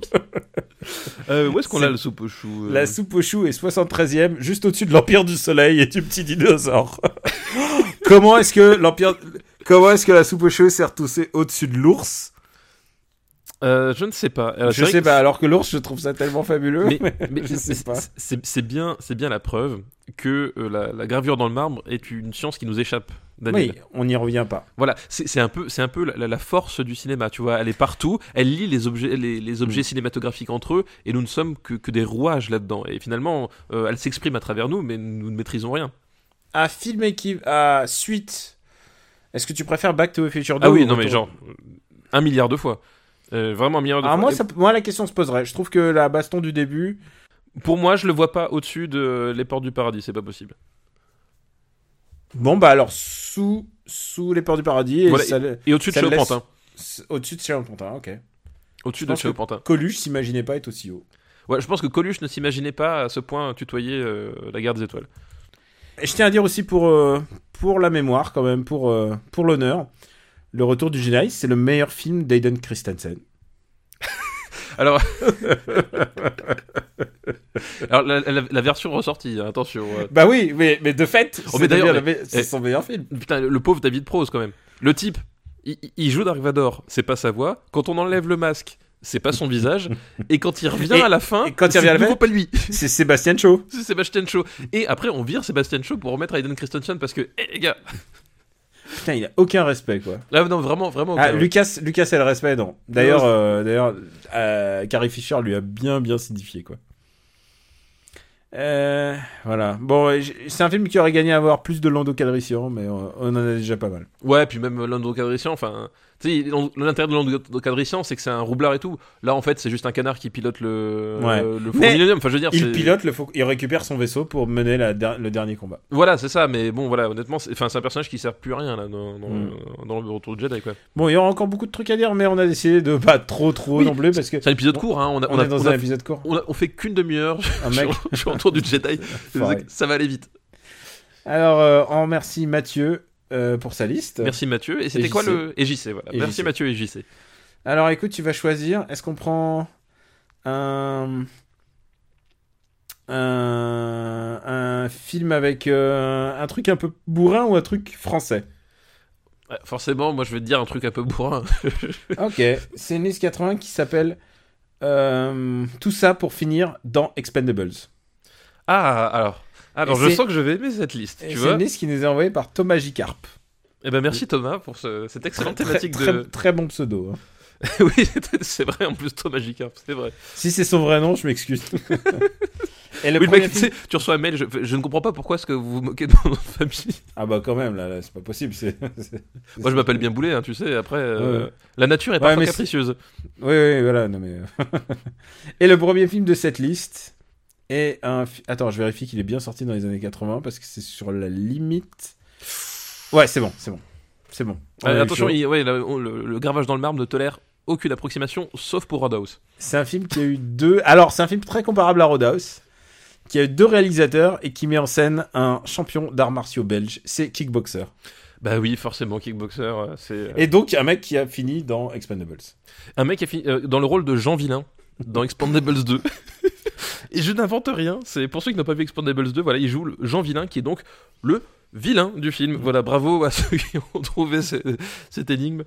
Où est-ce qu'on a la soupe aux choux La soupe aux choux est 73e, juste au-dessus de l'Empire du Soleil et du petit dinosaure. Comment est-ce que la soupe aux choux s'est retoussée au-dessus de l'ours ? Je ne sais pas. Je sais pas, alors que l'ours, je trouve ça tellement fabuleux. Mais je sais pas. C'est bien la preuve que la gravure dans le marbre est une science qui nous échappe, Daniel. Oui, on n'y revient pas. Voilà, c'est un peu la force du cinéma, tu vois. Elle est partout, elle lie les objets cinématographiques entre eux, et nous ne sommes que des rouages là-dedans. Et finalement, elle s'exprime à travers nous, mais nous ne maîtrisons rien. À suite, est-ce que tu préfères Back to the Future 2 Ah oui, non mais genre 1 milliard de fois. Vraiment 1 milliard de fois. Moi, la question se poserait. Je trouve que la baston du début... Pour moi, je le vois pas au-dessus de Les Portes du Paradis, c'est pas possible. Bon, alors, sous Les Portes du Paradis... Voilà, et au-dessus de Chez Pantin. Au-dessus de Chez Pantin, ok. Au-dessus de Chez Pantin. Coluche s'imaginait pas être aussi haut. Ouais, je pense que Coluche ne s'imaginait pas à ce point tutoyer la guerre des étoiles. Et je tiens à dire aussi pour la mémoire, quand même, pour l'honneur... Le Retour du Jedi, c'est le meilleur film d'Aiden Christensen. Alors la version ressortie, hein, attention. Bah oui, mais de fait, c'est son meilleur film. Putain, le pauvre David Prowse quand même. Le type, il joue Dark Vador, c'est pas sa voix. Quand on enlève le masque, c'est pas son visage. Et quand il revient à la fin, c'est de nouveau pas lui. C'est Sébastien Shaw. C'est Sébastien Shaw. Et après, on vire Sébastien Shaw pour remettre Aiden Christensen parce que, les gars... Putain, il a aucun respect, quoi. Ah non, vraiment aucun. Lucas a le respect, non. D'ailleurs, Carrie Fisher lui a bien signifié, quoi. Voilà. Bon, c'est un film qui aurait gagné à avoir plus de Lando Calrissian, mais on en a déjà pas mal. Ouais, puis même Lando Calrissian, enfin, Tu sais, l'intérêt de l'encadrissant, c'est que c'est un roublard et tout. Là, en fait, c'est juste un canard qui pilote le Faucon Millennium. Enfin, je veux dire, il récupère son vaisseau pour mener le dernier combat. Voilà, c'est ça. Mais bon, voilà, honnêtement, c'est un personnage qui sert plus à rien là dans le Retour de Jedi, quoi. Bon, il y aura encore beaucoup de trucs à dire, mais on a décidé de pas trop non plus parce que c'est un épisode court. Hein. On est dans un épisode court. On fait qu'une demi-heure sur Retour du Jedi. Ça va aller vite. Alors, on remercie Mathieu pour sa liste. Merci Mathieu. Et c'était quoi le JC, voilà. Merci Mathieu et JC. Alors écoute, tu vas choisir. Est-ce qu'on prend un film avec un truc un peu bourrin ou un truc français? Ouais, forcément, moi je vais te dire un truc un peu bourrin. Ok, c'est une liste 80 qui s'appelle Tout ça pour finir dans Expendables. Ah, alors je sens que je vais aimer cette liste. Tu vois, c'est une liste qui nous est envoyée par Thomas Gicarp. Eh ben merci Thomas pour cette excellente thématique très bon pseudo. Hein. Oui, c'est vrai, en plus Thomas Gicarp, c'est vrai. Si c'est son vrai nom, je m'excuse. Et le mec, tu reçois un mail, je ne comprends pas pourquoi est-ce que vous vous moquez de mon famille. Ah bah quand même, là c'est pas possible. Moi je m'appelle bien Boulet, hein, tu sais, après, la nature est parfois capricieuse. Oui, voilà, non mais... Et le premier film de cette liste est un... Attends, je vérifie qu'il est bien sorti dans les années 80, parce que c'est sur la limite... Ouais, c'est bon. Attention, le gravage dans le marbre ne tolère aucune approximation, sauf pour Roadhouse. C'est un film qui a eu deux... Alors, c'est un film très comparable à Roadhouse, qui a eu 2 réalisateurs et qui met en scène un champion d'arts martiaux belge, c'est Kickboxer. Bah oui, forcément, Kickboxer, c'est... Et donc, un mec qui a fini dans Expendables. Un mec qui a fini dans le rôle de Jean Villain, dans Expendables 2. Et je n'invente rien, c'est pour ceux qui n'ont pas vu Expendables 2, voilà, il joue Jean Villain, qui est donc le vilain du film. Voilà, bravo à ceux qui ont trouvé cette énigme.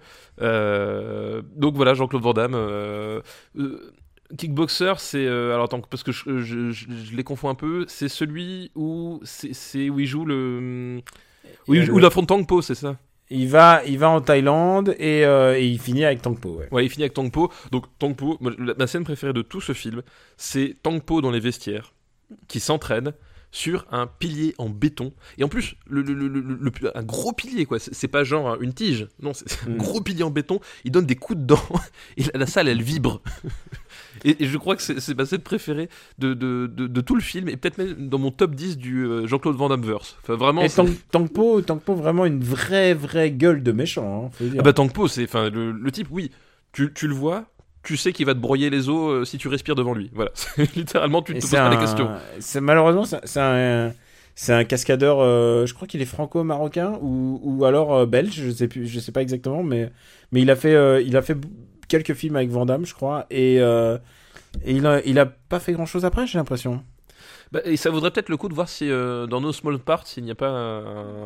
Donc voilà, Jean-Claude Van Damme. Kickboxer, c'est alors attends, parce que je les confonds un peu. C'est celui où où il joue où il affronte Tang Po, c'est ça? Il va en Thaïlande et il finit avec Tang Po. Ouais, il finit avec Tang Po. Donc Tang Po, ma scène préférée de tout ce film, c'est Tang Po dans les vestiaires qui s'entraîne sur un pilier en béton. Et en plus, un gros pilier, quoi. C'est pas genre une tige. Non, c'est un gros pilier en béton. Il donne des coups dedans. Et la salle, elle vibre. et je crois que c'est ma scène préférée de tout le film. Et peut-être même dans mon top 10 du Jean-Claude Van Damme-verse. Enfin, vraiment. Et Tang Po, vraiment une vraie gueule de méchant. Hein, faut dire. Ah bah, Tang Po, c'est. Enfin, le type, oui. Tu le vois. Tu sais qu'il va te broyer les os si tu respires devant lui. Voilà, littéralement, tu te poses pas les questions. Malheureusement, c'est un cascadeur. Je crois qu'il est franco-marocain ou alors belge. Je sais pas exactement, mais il a fait quelques films avec Van Damme, je crois, et il a pas fait grand chose après, j'ai l'impression. Bah, et ça vaudrait peut-être le coup de voir si dans No Small Parts il n'y a pas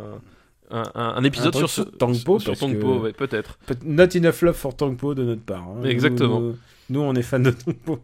un épisode sur Tang Po, ouais, peut-être. Not enough love for Tang Po de notre part. Hein. Exactement. Nous, on est fans de Tang Po.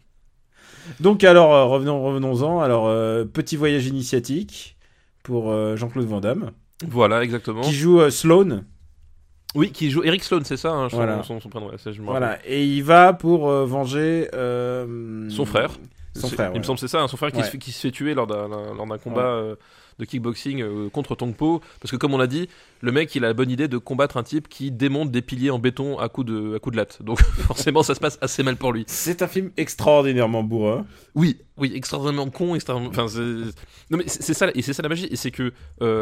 Donc alors, revenons-en. Alors, petit voyage initiatique pour Jean-Claude Van Damme. Voilà, exactement. Qui joue Sloane. Oui, qui joue Eric Sloane, c'est ça, hein, voilà. son prénom. Ouais, ça, je me rappelle. Voilà, et il va pour venger son frère. Il me semble que c'est ça, hein, son frère qui se fait tuer lors d'un combat de kickboxing contre Tang Po, parce que comme on l'a dit, le mec il a la bonne idée de combattre un type qui démonte des piliers en béton à coups de latte, donc forcément ça se passe assez mal pour lui. C'est un film extraordinairement bourrin. Oui, extraordinairement con, enfin non mais c'est ça, et c'est ça la magie, et c'est que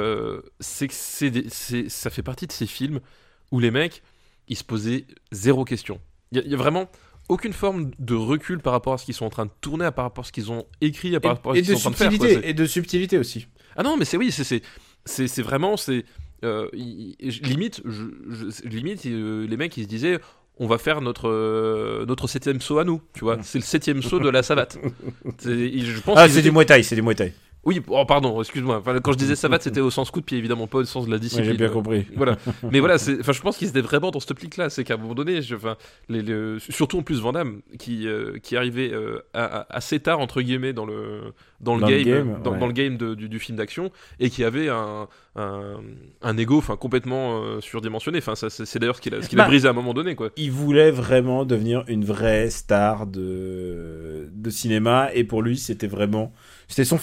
ça fait partie de ces films où les mecs ils se posaient zéro question. Il y a vraiment aucune forme de recul par rapport à ce qu'ils sont en train de tourner, par rapport à ce qu'ils ont écrit, par rapport à ce qu'ils sont en train de faire. Et de subtilité aussi. Ah non, mais c'est vraiment, limite, les mecs ils se disaient, on va faire notre 7ème saut à nous, tu vois. C'est le 7ème saut de la savate. Je pense c'est du Muay Thai. Oui, pardon, excuse-moi. Enfin, quand je disais savate, c'était au sens coup de pied, évidemment, pas au sens de la discipline. Ouais, j'ai bien compris. Voilà. Mais voilà, je pense qu'ils étaient vraiment dans cette optique-là. C'est qu'à un moment donné, surtout en plus Van Damme, qui arrivait assez tard, entre guillemets, dans le game du film d'action, et qui avait un ego complètement surdimensionné. Enfin, c'est d'ailleurs ce qu'il a brisé à un moment donné, quoi. Il voulait vraiment devenir une vraie star de cinéma, et pour lui, c'était son film. Et d'ailleurs,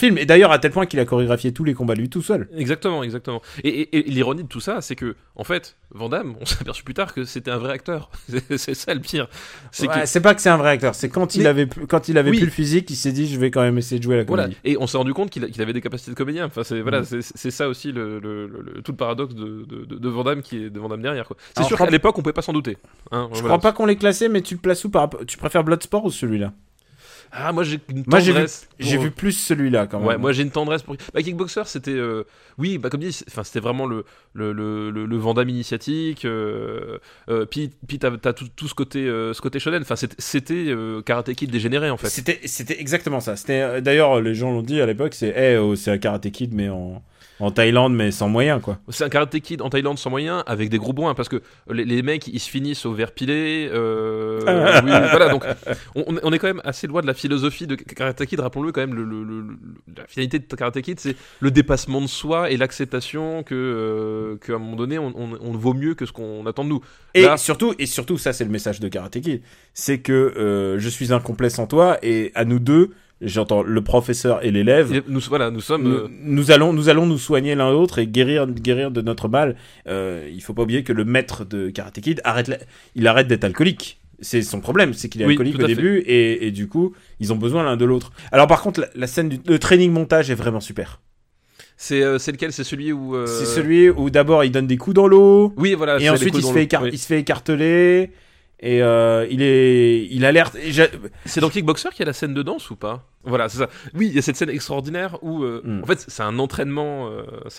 D'ailleurs, à tel point qu'il a chorégraphié tous les combats lui tout seul. Exactement. Et l'ironie de tout ça, c'est que, en fait, Van Damme, on s'est aperçu plus tard que c'était un vrai acteur. C'est ça le pire. C'est pas que c'est un vrai acteur, c'est quand il avait plus le physique, il s'est dit je vais quand même essayer de jouer la comédie. Voilà. Et on s'est rendu compte qu'il avait des capacités de comédien. Enfin, c'est ça aussi tout le paradoxe de Van Damme qui est de Van Damme derrière, quoi. C'est sûr qu'à l'époque, on pouvait pas s'en douter. Hein, je crois pas qu'on l'ait classé, mais tu le places où tu préfères Bloodsport ou celui-là? Ah, moi j'ai une tendresse. J'ai vu plus celui-là quand même. Ouais, moi j'ai une tendresse pour. Kickboxer, c'était. Oui, comme dit, c'était vraiment le Van Damme initiatique. Puis t'as tout ce côté shonen. Enfin, c'était Karate Kid dégénéré en fait. C'était exactement ça. C'était d'ailleurs, les gens l'ont dit à l'époque, c'est un Karate Kid mais en Thaïlande, mais sans moyens, quoi. C'est un Karate Kid en Thaïlande sans moyens, avec des gros boins, parce que les mecs, ils se finissent au verre pilé. Oui, voilà, donc on est quand même assez loin de la philosophie de Karate Kid. Rappelons-le quand même, la finalité de Karate Kid, c'est le dépassement de soi et l'acceptation qu'à un moment donné, on vaut mieux que ce qu'on attend de nous. Et surtout, ça, c'est le message de Karate Kid. C'est que je suis incomplet sans toi, et à nous deux, j'entends le professeur et l'élève. Nous sommes. Nous allons nous soigner l'un l'autre et guérir de notre mal. Il faut pas oublier que le maître de Karate Kid arrête d'être alcoolique. C'est son problème, c'est qu'il est alcoolique au début et du coup ils ont besoin l'un de l'autre. Alors par contre la scène le training montage est vraiment super. C'est lequel? C'est celui où. C'est celui où d'abord il donne des coups dans l'eau. Oui, voilà. Et ensuite il se fait écarteler. Et il alerte. C'est dans Kickboxer qu'il y a la scène de danse ou pas? Voilà, c'est ça. Oui, il y a cette scène extraordinaire où, en fait, c'est un entraînement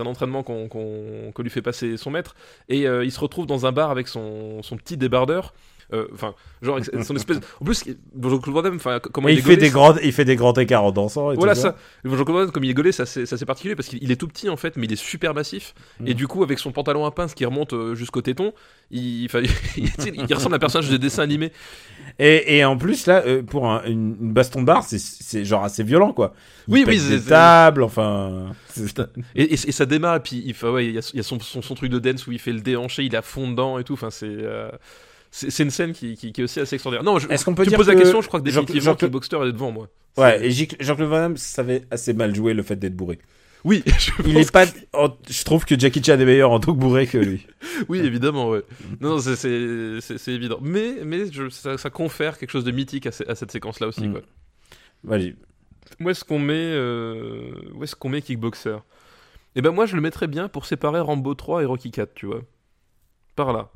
qu'on lui fait passer son maître, et il se retrouve dans un bar avec son petit débardeur. Enfin, genre son espèce. En plus, Jean-Claude Van Damme, enfin, comment il fait des grands écarts en dansant. Et voilà tout ça. Jean-Claude Van Damme, comme il est gaulé, ça c'est particulier parce qu'il est tout petit en fait, mais il est super massif. Et du coup, avec son pantalon à pince qui remonte jusqu'au téton, il ressemble à un personnage de dessin animé. Et en plus là, pour une baston de bar, c'est genre assez violent, quoi. Oui, des tables, enfin. Et ça démarre, et puis il y a son truc de dance où il fait le déhanché, il est à fond dedans et tout. Enfin, c'est une scène qui est aussi assez extraordinaire. Non, est-ce qu'on peut tu dire poses que la question, je crois que définitivement Kickboxer est devant moi. Ouais, et Jean-Claude Van Damme savait assez mal jouer le fait d'être bourré. Oui, je trouve que Jackie Chan est meilleur en tant que bourré que lui. Oui, évidemment, ouais. Non, c'est évident. Mais ça confère quelque chose de mythique à cette séquence-là aussi, quoi. Vas-y. Où est-ce qu'on met Kickboxer? Eh ben moi, je le mettrais bien pour séparer Rambo 3 et Rocky 4, tu vois. Par là.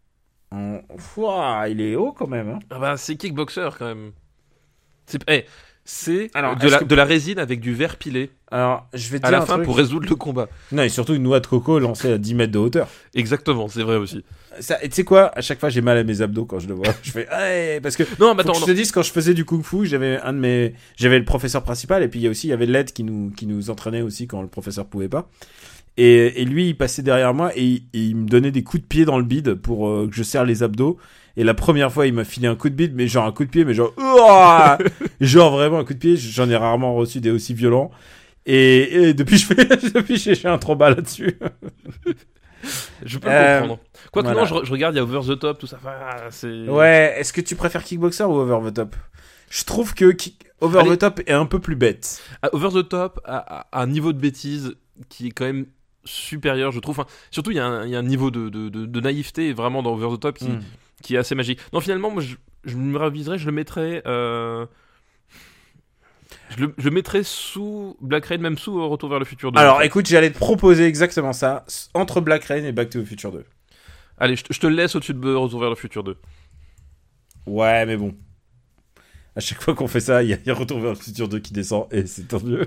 Il est haut quand même. Hein. Ah bah c'est Kickboxer quand même. C'est de la résine avec du verre pilé. Alors, je vais te à dire la fin truc. Pour résoudre le combat. Non, et surtout une noix de coco lancée à 10 mètres de hauteur. Exactement, c'est vrai aussi. Ça, et tu sais quoi, à chaque fois j'ai mal à mes abdos quand je le vois. Je fais parce que non, mais attends, je te dise, quand je faisais du kung-fu, j'avais le professeur principal, et puis il y avait l'aide qui nous entraînait aussi quand le professeur pouvait pas. Et lui, il passait derrière moi et il me donnait des coups de pied dans le bide pour que je serre les abdos. Et la première fois, il m'a filé un coup de bide, mais genre un coup de pied, mais genre genre vraiment un coup de pied. J'en ai rarement reçu des aussi violents. Et depuis, j'ai un trauma là-dessus. Je peux le comprendre. Quoique voilà. Non, je regarde, il y a Over the Top, tout ça. C'est... Ouais, est-ce que tu préfères Kickboxer ou Over the Top? Je trouve que Over the Top est un peu plus bête. Over the Top a un niveau de bêtise qui est quand même supérieur, je trouve. Enfin, surtout, il y a un niveau de naïveté vraiment dans Over the Top qui est assez magique. Non, finalement, moi, je me raviserais, je le mettrais... Je le mettrais sous Black Rain, même sous Retour vers le futur 2. Alors écoute, j'allais te proposer exactement ça, entre Black Rain et Back to the Future 2. Allez, je te le laisse au-dessus de Retour vers le futur 2. Ouais, mais bon. À chaque fois qu'on fait ça, il y a Retour vers le futur 2 qui descend, et c'est tant mieux.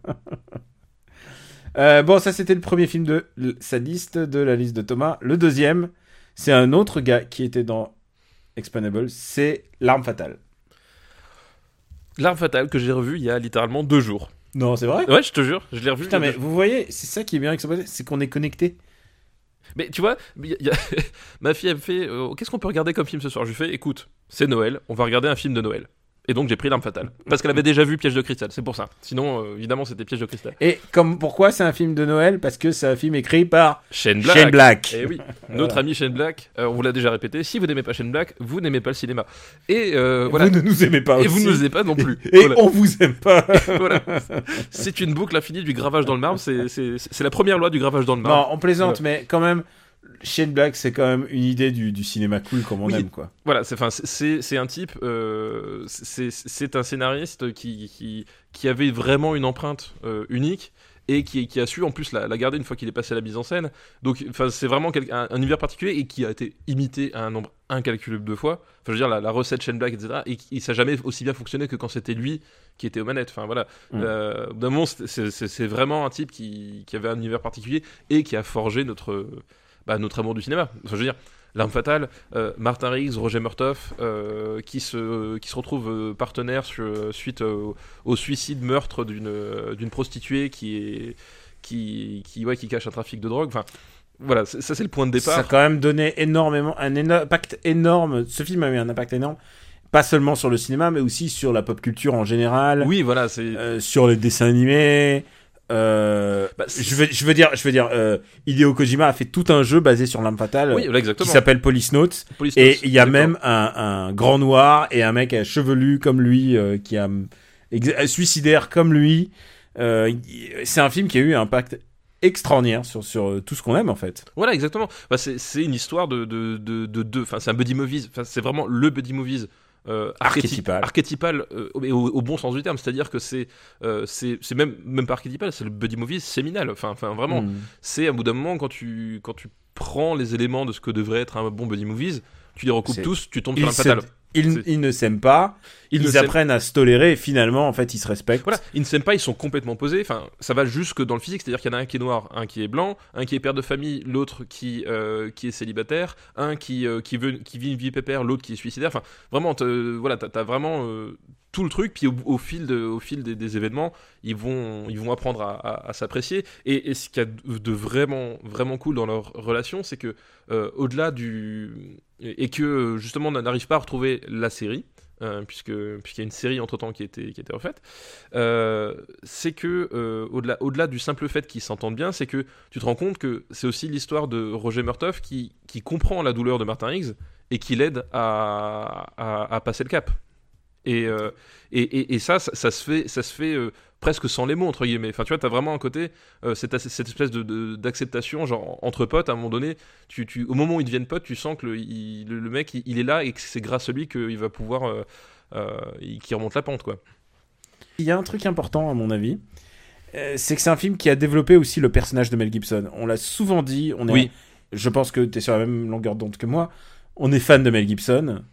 Bon, ça c'était le premier film de sa liste, de la liste de Thomas. Le deuxième, c'est un autre gars qui était dans Expendables, c'est L'Arme Fatale. L'Arme Fatale que j'ai revu il y a littéralement 2 jours. Non, c'est vrai ? Ouais, je te jure, je l'ai revu. Putain, mais vous voyez, c'est ça qui est bien avec Expendables, c'est qu'on est connecté. Mais tu vois, ma fille elle me fait qu'est-ce qu'on peut regarder comme film ce soir ? Je lui fais écoute, c'est Noël, on va regarder un film de Noël. Et donc j'ai pris L'Arme Fatale. Parce qu'elle avait déjà vu Piège de Cristal, c'est pour ça. Sinon, évidemment, c'était Piège de Cristal. Et pourquoi c'est un film de Noël ? Parce que c'est un film écrit par Shane Black. Et oui, notre ami Shane Black, on vous l'a déjà répété, si vous n'aimez pas Shane Black, vous n'aimez pas le cinéma. Et voilà. Vous ne nous aimez pas aussi. Et vous ne nous aimez pas non plus. Et voilà. On vous aime pas. Voilà. C'est une boucle infinie du gravage dans le marbre, c'est la première loi du gravage dans le marbre. Non, on plaisante, mais quand même... Shane Black, c'est quand même une idée du cinéma cool comme on aime, quoi. Voilà, c'est un type, c'est un scénariste qui avait vraiment une empreinte unique et qui a su en plus la garder une fois qu'il est passé à la mise en scène. Donc, c'est vraiment un univers particulier et qui a été imité à un nombre incalculable de fois. Enfin, je veux dire, la recette Shane Black, etc. Et ça n'a jamais aussi bien fonctionné que quand c'était lui qui était aux manettes. Enfin, voilà. D'un moment, c'est vraiment un type qui avait un univers particulier et qui a forgé notre amour du cinéma. Enfin, je veux dire, L'Arme Fatale, Martin Riggs, Roger Murtaugh, qui se retrouvent partenaires suite au suicide-meurtre d'une prostituée qui cache un trafic de drogue. Enfin, voilà, ça c'est le point de départ. Ça a quand même donné un impact énorme. Ce film a eu un impact énorme. Pas seulement sur le cinéma, mais aussi sur la pop culture en général. Oui, voilà, sur les dessins animés. Je veux dire, Hideo Kojima a fait tout un jeu basé sur L'Arme Fatale, oui, qui s'appelle Police Notes, et il y a même un grand noir et un mec chevelu comme lui, qui a suicidaire comme lui. C'est un film qui a eu un impact extraordinaire sur tout ce qu'on aime en fait. Voilà, exactement. C'est une histoire de enfin, c'est un buddy movies. Enfin, c'est vraiment le buddy movies. Archétypal au bon sens du terme, c'est-à-dire que c'est même pas archétypal, c'est le buddy movie séminal, enfin vraiment c'est à bout d'un moment quand tu prends les éléments de ce que devrait être un bon buddy movies, tu les recoupes tous, tu tombes sur un fatal. Ils ne s'aiment pas, ils apprennent à se tolérer et finalement en fait ils se respectent. Voilà, ils ne s'aiment pas, ils sont complètement posés, enfin ça va jusque dans le physique, c'est-à-dire qu'il y en a un qui est noir, un qui est blanc, un qui est père de famille, l'autre qui est célibataire, un qui vit une vie pépère, l'autre qui est suicidaire, enfin vraiment voilà, t'as vraiment tout le truc, puis au fil des événements, ils vont apprendre à s'apprécier. Et ce qu'il y a de vraiment, vraiment cool dans leur relation, c'est que au-delà et que justement on n'arrive pas à retrouver la série, puisqu'il y a une série entre-temps qui a été refaite, c'est que au-delà du simple fait qu'ils s'entendent bien, c'est que tu te rends compte que c'est aussi l'histoire de Roger Murtaugh qui comprend la douleur de Martin Riggs et qui l'aide à passer le cap. Et ça se fait presque sans les mots entre guillemets. Enfin, tu vois, t'as vraiment un côté cette espèce d'acceptation, genre entre potes. À un moment donné, au moment où ils deviennent potes, tu sens que le mec il est là et que c'est grâce à lui qu'il va pouvoir qu'il remonte la pente, quoi. Il y a un truc important à mon avis, c'est que c'est un film qui a développé aussi le personnage de Mel Gibson. On l'a souvent dit. Je pense que t'es sur la même longueur d'onde que moi. On est fan de Mel Gibson.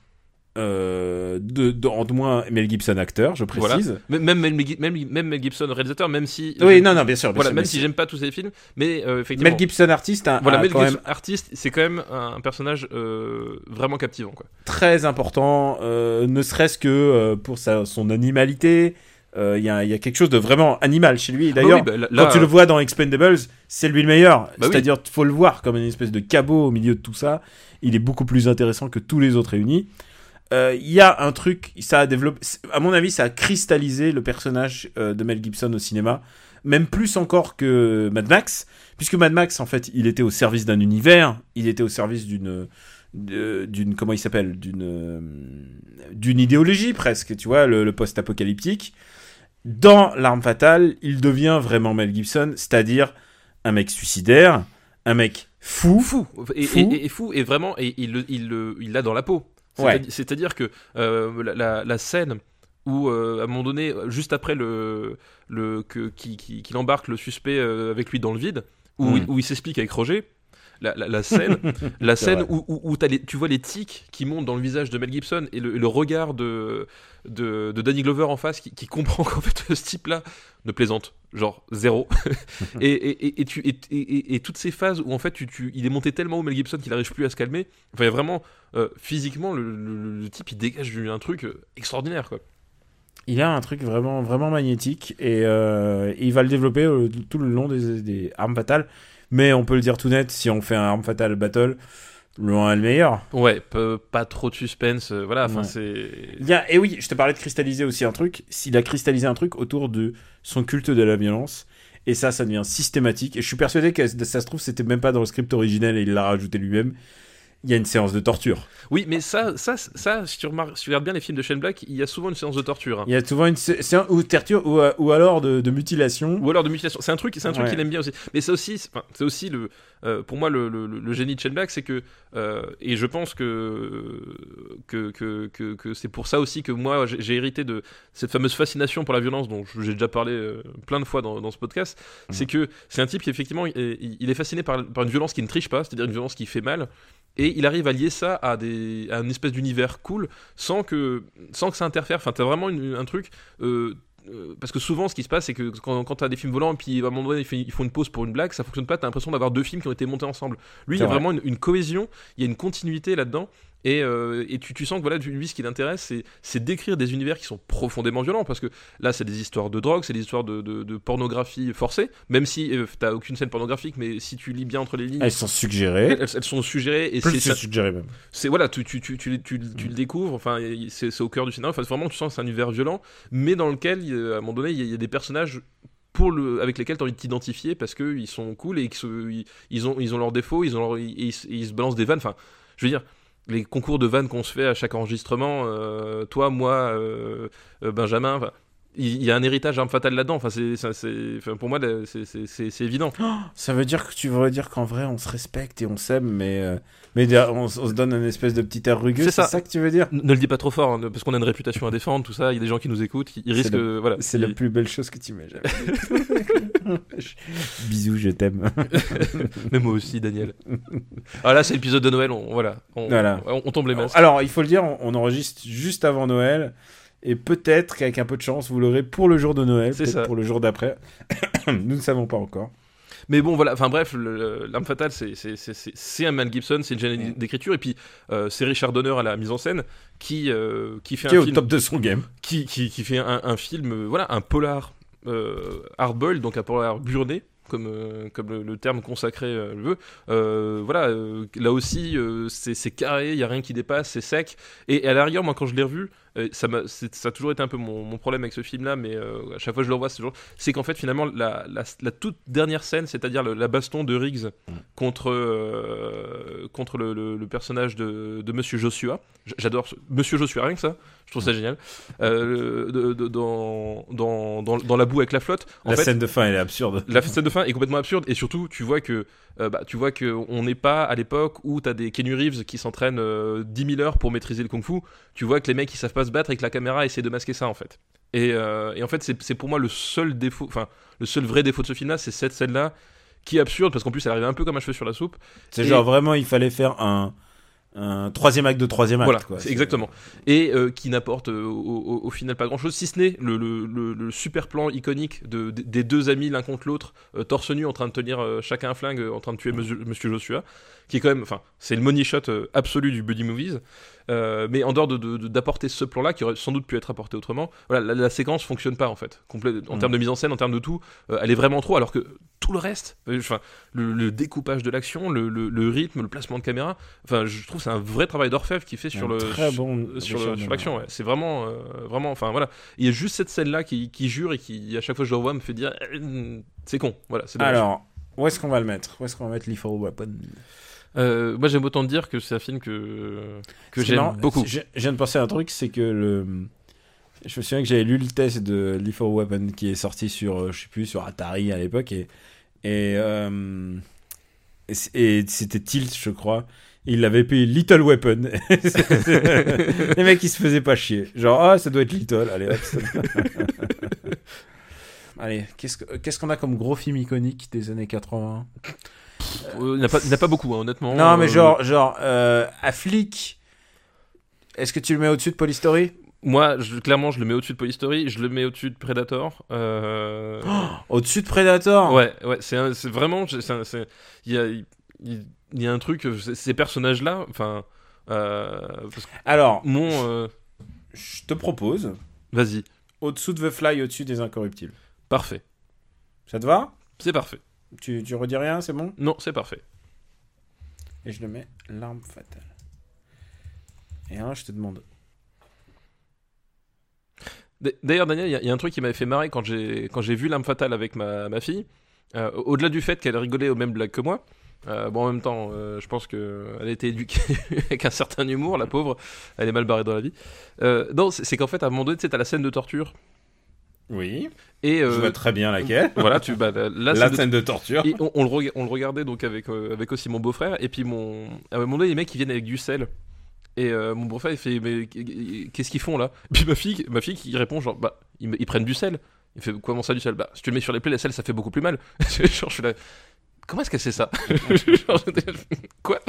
En moins Mel Gibson acteur, je précise. Voilà. Même Mel Gibson réalisateur, même si bien sûr. Voilà, même si j'aime pas tous ses films, mais effectivement. Mel Gibson artiste, artiste, c'est quand même un personnage vraiment captivant, quoi. Très important, ne serait-ce que pour son animalité. Il y a quelque chose de vraiment animal chez lui. D'ailleurs, quand tu le vois dans Expendables, c'est lui le meilleur. C'est-à-dire, faut le voir comme une espèce de cabot au milieu de tout ça. Il est beaucoup plus intéressant que tous les autres réunis. Il y a un truc, ça a développé, à mon avis, ça a cristallisé le personnage de Mel Gibson au cinéma, même plus encore que Mad Max, puisque Mad Max, en fait, il était au service d'un univers, il était au service d'une comment il s'appelle, d'une idéologie presque, tu vois, le post-apocalyptique. Dans L'Arme Fatale, il devient vraiment Mel Gibson, c'est-à-dire un mec suicidaire, un mec fou et vraiment, et il l'a dans la peau. C'est-à-dire que la scène où, à un moment donné, juste après qu'il embarque le suspect avec lui dans le vide, où il s'explique avec Roger, la scène où tu vois les tics qui montent dans le visage de Mel Gibson et le regard de Danny Glover en face qui comprend qu'en fait ce type-là ne plaisante, genre zéro. et toutes ces phases où en fait il est monté tellement haut Mel Gibson qu'il n'arrive plus à se calmer. Enfin, il y a vraiment physiquement le type il dégage un truc extraordinaire, quoi. Il a un truc vraiment, vraiment magnétique et il va le développer tout le long des Armes Fatales. Mais on peut le dire tout net, si on fait un Arme Fatale Battle, loin le meilleur. Ouais, pas trop de suspense, voilà, enfin Ouais. c'est... Et oui, je te parlais de cristalliser aussi un truc. S'il a cristallisé un truc autour de son culte de la violence, et ça devient systématique. Et je suis persuadé que ça se trouve, c'était même pas dans le script originel et il l'a rajouté lui-même. Il y a une séance de torture. Oui, mais ça si tu regardes bien les films de Shane Black, il y a souvent une séance de torture. Hein. Il y a souvent une séance ou torture ou alors de mutilation. Ou alors de mutilation. C'est un truc Ouais. qu'il aime bien aussi. Mais c'est aussi pour moi le génie de Shane Black, c'est que et je pense que c'est pour ça aussi que moi j'ai hérité de cette fameuse fascination pour la violence dont j'ai déjà parlé plein de fois dans ce podcast. C'est que c'est un type qui effectivement il est fasciné par une violence qui ne triche pas, c'est-à-dire une violence qui fait mal. Et il arrive à lier ça à une espèce d'univers cool sans que ça interfère. Enfin, t'as vraiment un truc. Parce que souvent, ce qui se passe, c'est que quand t'as des films volants, et puis à un moment donné, ils font une pause pour une blague, ça fonctionne pas. T'as l'impression d'avoir deux films qui ont été montés ensemble. Lui, il y a vraiment une cohésion, il y a une continuité là-dedans. Et tu sens que voilà, lui, ce qui l'intéresse, c'est d'écrire des univers qui sont profondément violents. Parce que là, c'est des histoires de drogue, c'est des histoires de pornographie forcée. Même si t'as aucune scène pornographique, mais si tu lis bien entre les lignes, Elles sont suggérées. elles sont suggérées. Et Plus c'est suggérées même. c'est voilà, tu le découvres, enfin c'est au cœur du scénario, enfin vraiment tu sens que c'est un univers violent, mais dans lequel à un moment donné il y a des personnages avec lesquels tu as envie de t'identifier parce que ils sont cool et ils ont leurs défauts, ils se balancent des vannes, enfin je veux dire les concours de vannes qu'on se fait à chaque enregistrement, toi, moi, Benjamin, enfin, il y a un héritage arme fatale là-dedans. Enfin, enfin, pour moi, c'est évident. Ça veut dire que tu voudrais dire qu'en vrai, on se respecte et on s'aime, mais on se donne un espèce de petit air rugueux. C'est C'est ça. ça que tu veux dire? Ne le dis pas trop fort, hein, parce qu'on a une réputation à défendre, tout ça. Il y a des gens qui nous écoutent, ils risquent. Voilà. C'est la plus belle chose que tu m'aies jamais dit. Bisous, je t'aime. Mais moi aussi, Daniel. Ah là, c'est l'épisode de Noël. Voilà. On tombe les masques. Alors, il faut le dire, on enregistre juste avant Noël. Et peut-être qu'avec un peu de chance, vous l'aurez pour le jour de Noël, C'est peut-être ça. pour le jour d'après. Nous ne savons pas encore. Mais bon, voilà. Enfin bref, l'arme fatale, c'est un Mel Gibson, c'est une génie d'écriture, et puis c'est Richard Donner à la mise en scène qui fait Qui est un au film top de son game. qui fait un film, voilà, un polar hard-boiled, donc un polar burné, comme le terme consacré le veut. Voilà, là aussi, c'est carré, il y a rien qui dépasse, c'est sec. Et à la rigueur, moi, quand je l'ai revu, ça a toujours été un peu mon problème avec ce film-là, mais à chaque fois que je le revois, c'est qu'en fait, finalement, la toute dernière scène, c'est-à-dire la baston de Riggs contre le personnage de Monsieur Joshua. J'adore Monsieur Joshua, rien que ça. Je trouve ça génial. Dans la boue avec la flotte. En fait, Scène de fin, elle est absurde. la scène de fin est complètement absurde, et surtout tu vois que on n'est pas à l'époque où t'as des Keanu Reeves qui s'entraînent 10 000 heures pour maîtriser le kung-fu. Tu vois que les mecs ils savent pas se battre et que la caméra essaie de masquer ça en fait. Et en fait c'est pour moi le seul défaut, enfin le seul vrai défaut de ce film là, c'est cette scène là qui est absurde parce qu'en plus elle arrive un peu comme un cheveu sur la soupe. C'est genre vraiment, il fallait faire un troisième acte de troisième acte. Voilà, Quoi. c'est exactement. Et qui n'apporte au final pas grand-chose, si ce n'est le super plan iconique des deux amis l'un contre l'autre, torse nu en train de tenir chacun un flingue, en train de tuer Monsieur Joshua, qui est quand même, enfin, c'est le money shot absolu du buddy movies. Mais en dehors d'apporter ce plan-là, qui aurait sans doute pu être apporté autrement, voilà, la séquence fonctionne pas en fait. En termes de mise en scène, en termes de tout, elle est vraiment trop, alors que tout le reste, enfin, le découpage de l'action, le rythme, le placement de caméra, enfin, je trouve que c'est un vrai travail d'orfèvre qui fait sur l'action. Ouais. C'est vraiment, enfin voilà. Il y a juste cette scène-là qui jure et qui, à chaque fois que je le revois, me fait dire, c'est con. Voilà. C'est dommage. Alors, où est-ce qu'on va le mettre? Où est-ce qu'on va mettre Lethal Weapon? Moi j'aime autant dire que c'est un film que j'aime beaucoup. Je viens de penser à un truc, c'est que je me souviens que j'avais lu le test de Lethal Weapon qui est sorti sur, je sais plus, sur Atari à l'époque, et c'était Tilt, je crois. Il l'avait payé Little Weapon. Les mecs ils se faisaient pas chier. Genre, ça doit être Little, allez hop. Allez, qu'est-ce qu'on a comme gros film iconique des années 80? Il n'y en a pas beaucoup, hein, honnêtement. Non, mais à flic, est-ce que tu le mets au-dessus de Polystory? Moi, clairement, je le mets au-dessus de Polystory, je le mets au-dessus de Predator. Au-dessus de Predator? Ouais, c'est vraiment... Il y a un truc, ces personnages-là, enfin... Alors, je te propose... Vas-y. Au-dessous de The Fly, au-dessus des Incorruptibles. Parfait. Ça te va? C'est parfait. Tu redis rien, c'est bon? Non, c'est parfait. Et je le mets L'arme fatale. Et alors, je te demande. D'ailleurs, Daniel, il y a un truc qui m'avait fait marrer quand j'ai vu L'Arme Fatale avec ma fille. Au-delà du fait qu'elle rigolait aux mêmes blagues que moi, bon, en même temps, je pense qu'elle a été éduquée avec un certain humour, la pauvre. Elle est mal barrée dans la vie. Non, c'est qu'en fait, à un moment donné, tu sais, t'as la scène de torture. Oui. Et je vois très bien laquelle. Voilà, la scène de torture. Et on le regardait donc avec aussi mon beau-frère. Et puis à un moment donné, les mecs ils viennent avec du sel. Et mon beau-frère il fait mais qu'est-ce qu'ils font là? Et puis ma fille qui répond genre bah ils prennent du sel. Il fait comment ça du sel? Bah si tu le mets sur les plaies, le sel ça fait beaucoup plus mal. Genre je suis là. Comment est-ce qu'elle sait ça? Genre, quoi?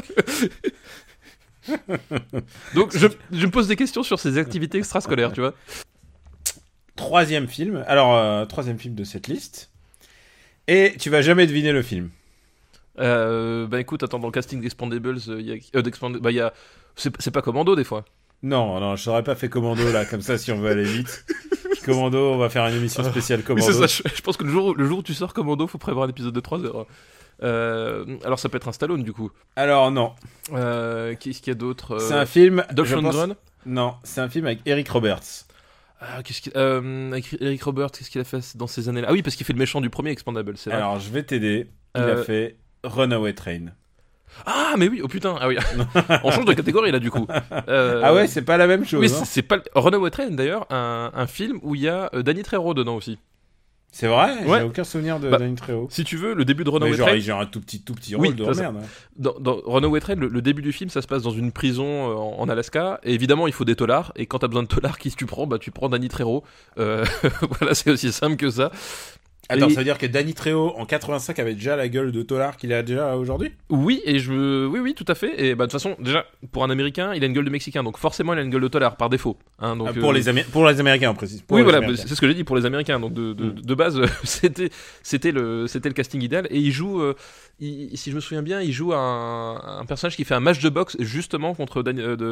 Donc je me pose des questions sur ces activités extrascolaires, tu vois. Troisième film. Alors troisième film de cette liste. Et tu vas jamais deviner le film. Bah écoute, attends, dans le casting d'Expandables, il y a c'est pas Commando des fois. Non, je t'aurais pas fait Commando là, comme ça si on veut aller vite. Commando, on va faire une émission spéciale Commando. Oui, c'est ça, je pense que le jour où tu sors Commando, faut prévoir un épisode de 3 heures. Alors ça peut être un Stallone du coup. Alors non. Qu'est-ce qu'il y a d'autre? C'est un film. Dolph Lundgren. Non, c'est un film avec Eric Roberts. Avec Eric Roberts, qu'est-ce qu'il a fait dans ces années-là? Ah oui, parce qu'il fait le méchant du premier Expandables, c'est vrai. Alors je vais t'aider. Il a fait Runaway Train. Ah mais oui, oh putain, ah oui. On change de catégorie là du coup. Ah ouais, c'est pas la même chose. Oui, hein. c'est pas Runaway Train d'ailleurs, un film où il y a Danny Trejo dedans aussi. C'est vrai, ouais. J'ai aucun souvenir de Danny Trejo. Si tu veux, le début de Runaway Train. J'ai un tout petit rôle de merde. Hein. Dans Runaway Train, le début du film, ça se passe dans une prison en Alaska. Et évidemment, il faut des tolards. Et quand t'as besoin de tolards, qui tu prends? Bah, tu prends Danny Trejo. Voilà, c'est aussi simple que ça. Attends, ça veut dire que Danny Trejo en 85 avait déjà la gueule de tolard qu'il a déjà aujourd'hui? Oui, oui, tout à fait. Et bah de toute façon, déjà pour un Américain, il a une gueule de Mexicain, donc forcément il a une gueule de tolard par défaut. Hein, donc, pour les Américains, on précise. Oui, voilà, c'est ce que j'ai dit pour les Américains. Donc de base, c'était le casting idéal. Et il joue, si je me souviens bien, il joue un personnage qui fait un match de boxe justement contre